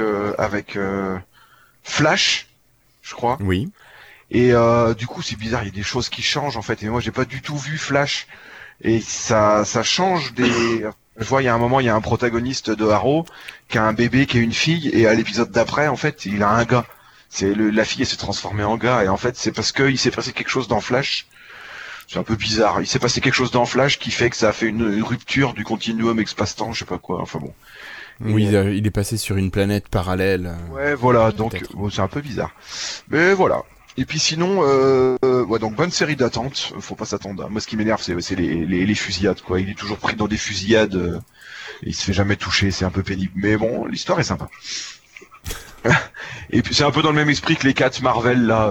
Flash, je crois. Oui. Et du coup, c'est bizarre, il y a des choses qui changent en fait. Et moi, j'ai pas du tout vu Flash. Et ça change des. Je vois, il y a un moment, il y a un protagoniste de Arrow qui a un bébé, qui a une fille, et à l'épisode d'après, en fait, il a un gars. La fille elle s'est transformée en gars, et en fait, c'est parce qu'il s'est passé quelque chose dans Flash. C'est un peu bizarre. Il s'est passé quelque chose dans Flash qui fait que ça a fait une rupture du continuum espace-temps, je sais pas quoi. Enfin bon. Oui, il est passé sur une planète parallèle. Ouais, voilà. Donc, c'est un peu bizarre. Mais voilà. Et puis sinon, donc bonne série d'attente. Faut pas s'attendre. Moi, ce qui m'énerve, c'est les fusillades, quoi. Il est toujours pris dans des fusillades. Et il se fait jamais toucher. C'est un peu pénible. Mais bon, l'histoire est sympa. Et puis c'est un peu dans le même esprit que les 4 Marvel là.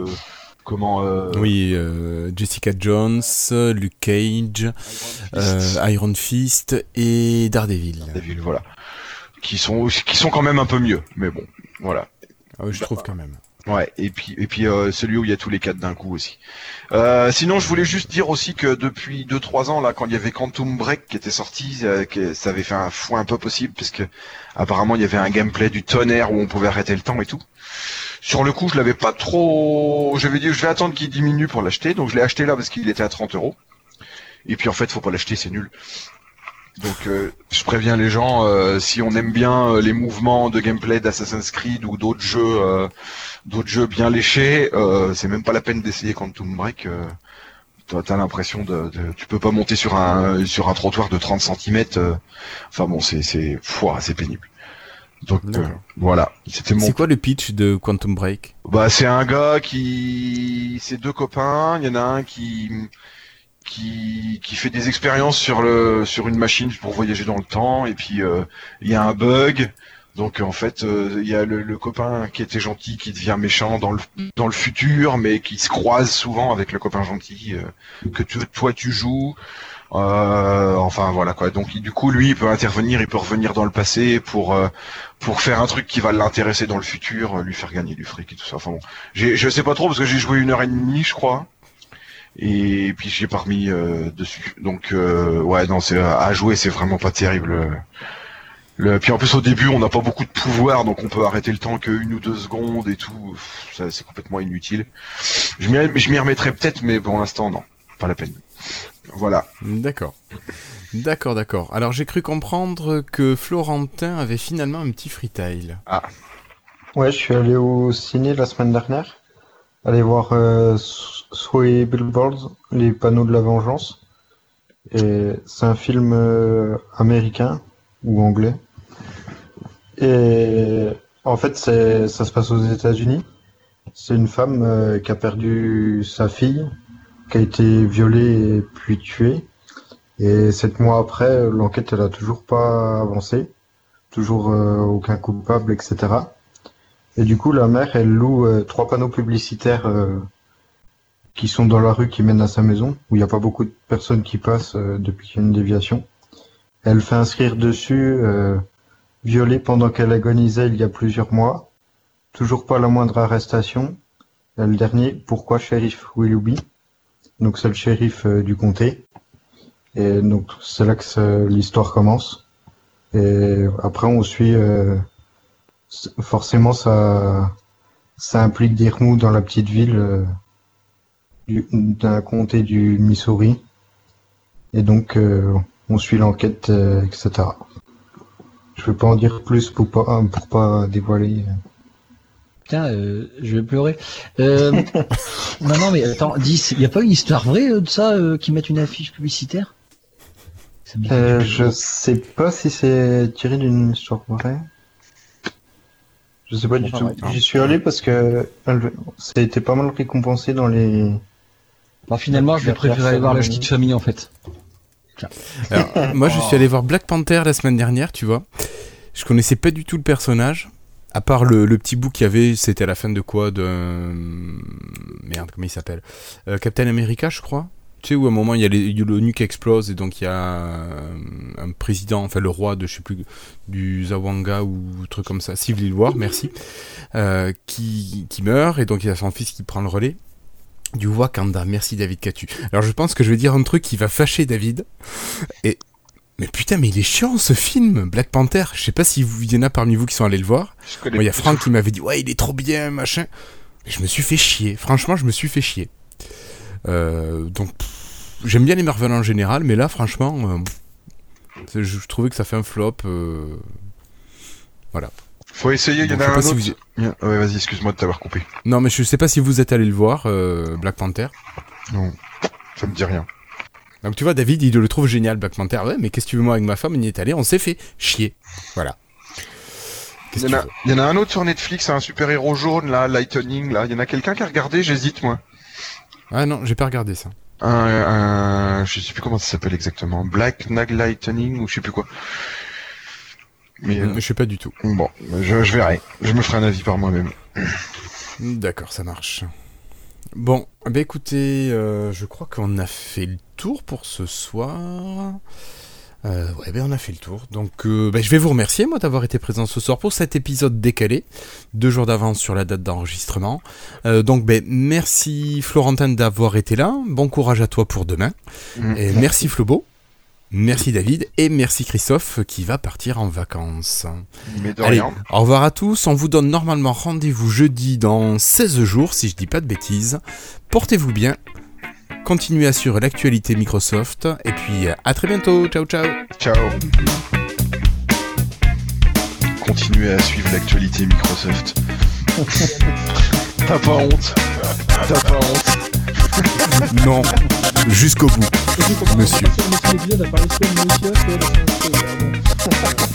Oui, Jessica Jones, Luke Cage, Iron Fist et Daredevil. Daredevil, voilà. Qui sont quand même un peu mieux, mais bon, voilà. Ah oui, je trouve quand même. Ouais, et puis celui où il y a tous les 4 d'un coup aussi. Sinon, je voulais juste dire aussi que depuis 2-3 ans là, quand il y avait Quantum Break qui était sorti, que ça avait fait un foin un peu possible parce que apparemment il y avait un gameplay du tonnerre où on pouvait arrêter le temps et tout. Sur le coup, je l'avais pas trop. J'avais dit je vais attendre qu'il diminue pour l'acheter, donc je l'ai acheté là parce qu'il était à 30€. Et puis en fait, faut pas l'acheter, c'est nul. Donc je préviens les gens, si on aime bien les mouvements de gameplay d'Assassin's Creed ou d'autres jeux bien léchés, c'est même pas la peine d'essayer Quantum Break. T'as l'impression tu peux pas monter sur un trottoir de 30 cm. Enfin bon, c'est pénible. Donc voilà, C'est quoi le pitch de Quantum Break? Bah c'est un gars c'est 2 copains, il y en a un qui fait des expériences sur une machine pour voyager dans le temps, et puis il y a un bug. Donc en fait, il y a le copain qui était gentil qui devient méchant dans le futur, mais qui se croise souvent avec le copain gentil que toi tu joues. Enfin voilà quoi. Donc du coup lui il peut intervenir, il peut revenir dans le passé pour faire un truc qui va l'intéresser dans le futur, lui faire gagner du fric et tout ça. Enfin bon, je sais pas trop parce que j'ai joué 1h30 je crois. Et puis j'ai pas remis dessus. Donc ouais non, c'est à jouer, c'est vraiment pas terrible. Puis en plus au début on n'a pas beaucoup de pouvoir, donc on peut arrêter le temps que 1 ou 2 secondes et tout. Ça, c'est complètement inutile. Je m'y remettrai peut-être, mais pour l'instant non, pas la peine. Voilà. D'accord. Alors j'ai cru comprendre que Florentin avait finalement un petit freetail. Ah. Ouais, je suis allé au ciné la semaine dernière, aller voir Three Billboards, les panneaux de la vengeance. Et c'est un film américain ou anglais. Et en fait, ça se passe aux États-Unis. C'est une femme qui a perdu sa fille, qui a été violée et puis tuée. Et 7 mois après, l'enquête elle a toujours pas avancé, toujours aucun coupable, etc. Et du coup, la mère elle loue 3 panneaux publicitaires qui sont dans la rue qui mènent à sa maison, où il n'y a pas beaucoup de personnes qui passent depuis qu'il y a une déviation. Elle fait inscrire dessus violée pendant qu'elle agonisait il y a plusieurs mois, toujours pas la moindre arrestation. Et le dernier, pourquoi shérif Willoughby? Donc c'est le shérif du comté. Et donc c'est là que l'histoire commence. Et après on suit forcément ça implique des remous dans la petite ville d'un comté du Missouri. Et donc on suit l'enquête, etc. Je vais pas en dire plus pour pas dévoiler. Putain, je vais pleurer. Non, mais attends, dis, il y a pas une histoire vraie de ça qui mettent une affiche publicitaire? Je sais pas si c'est tiré d'une histoire vraie. Je sais pas du tout. J'y suis allé parce que ça a été pas mal récompensé dans les. Bon, finalement, je vais préférer aller voir la petite famille en fait. Alors, moi, je suis allé voir Black Panther la semaine dernière, tu vois. Je connaissais pas du tout le personnage. À part le petit bout qu'il y avait, c'était à la fin de quoi? Merde, comment il s'appelle? Captain America, je crois. Tu sais, où à un moment, il y a l'ONU qui explose, et donc il y a un président, enfin le roi de, je sais plus, du Zawanga ou un truc comme ça, Civil War, merci, qui meurt, et donc il y a son fils qui prend le relais. Du Wakanda, merci David Catu. Alors je pense que je vais dire un truc qui va fâcher David, mais putain, mais il est chiant ce film, Black Panther. Je sais pas s'il y en a parmi vous qui sont allés le voir. Moi, il y a Franck qui m'avait dit ouais, il est trop bien, machin. Mais je me suis fait chier. Franchement, je me suis fait chier. Donc, j'aime bien les Marvel en général, mais là, franchement, je trouvais que ça fait un flop. Voilà. Faut essayer. Il y en a un autre. Ouais, vas-y, excuse-moi de t'avoir coupé. Non, mais je sais pas si vous êtes allé le voir, Black Panther. Non, ça me dit rien. Donc tu vois, David, il le trouve génial, Black Panther. Ouais, mais qu'est-ce que tu veux, moi, avec ma femme, on y est allé, on s'est fait chier. Voilà. Il y en a un autre sur Netflix, un super-héros jaune, là, Lightning, là. Il y en a quelqu'un qui a regardé, j'hésite, moi. Ah non, j'ai pas regardé ça. Je sais plus comment ça s'appelle exactement. Black Nag Lightning, ou je sais plus quoi. Mais Je sais pas du tout. bon, je verrai. Je me ferai un avis par moi-même. D'accord, ça marche. Bon, bah écoutez, je crois qu'on a fait le tour pour ce soir. Ouais, ben on a fait le tour. Donc, je vais vous remercier, moi, d'avoir été présent ce soir pour cet épisode décalé, 2 jours d'avance sur la date d'enregistrement. Merci Florentin d'avoir été là. Bon courage à toi pour demain. Et merci Flobo. Merci David. Et merci Christophe qui va partir en vacances. Mais de Allez, rien. au revoir à tous. On vous donne normalement rendez-vous jeudi dans 16 jours, si je dis pas de bêtises. Portez-vous bien. Continuez à suivre l'actualité Microsoft. Et puis, à très bientôt. Ciao, ciao. Ciao. Continuez à suivre l'actualité Microsoft. T'as pas honte. T'as pas honte. Non, jusqu'au bout, monsieur. L'épisode a parlé soit de Nokia, soit de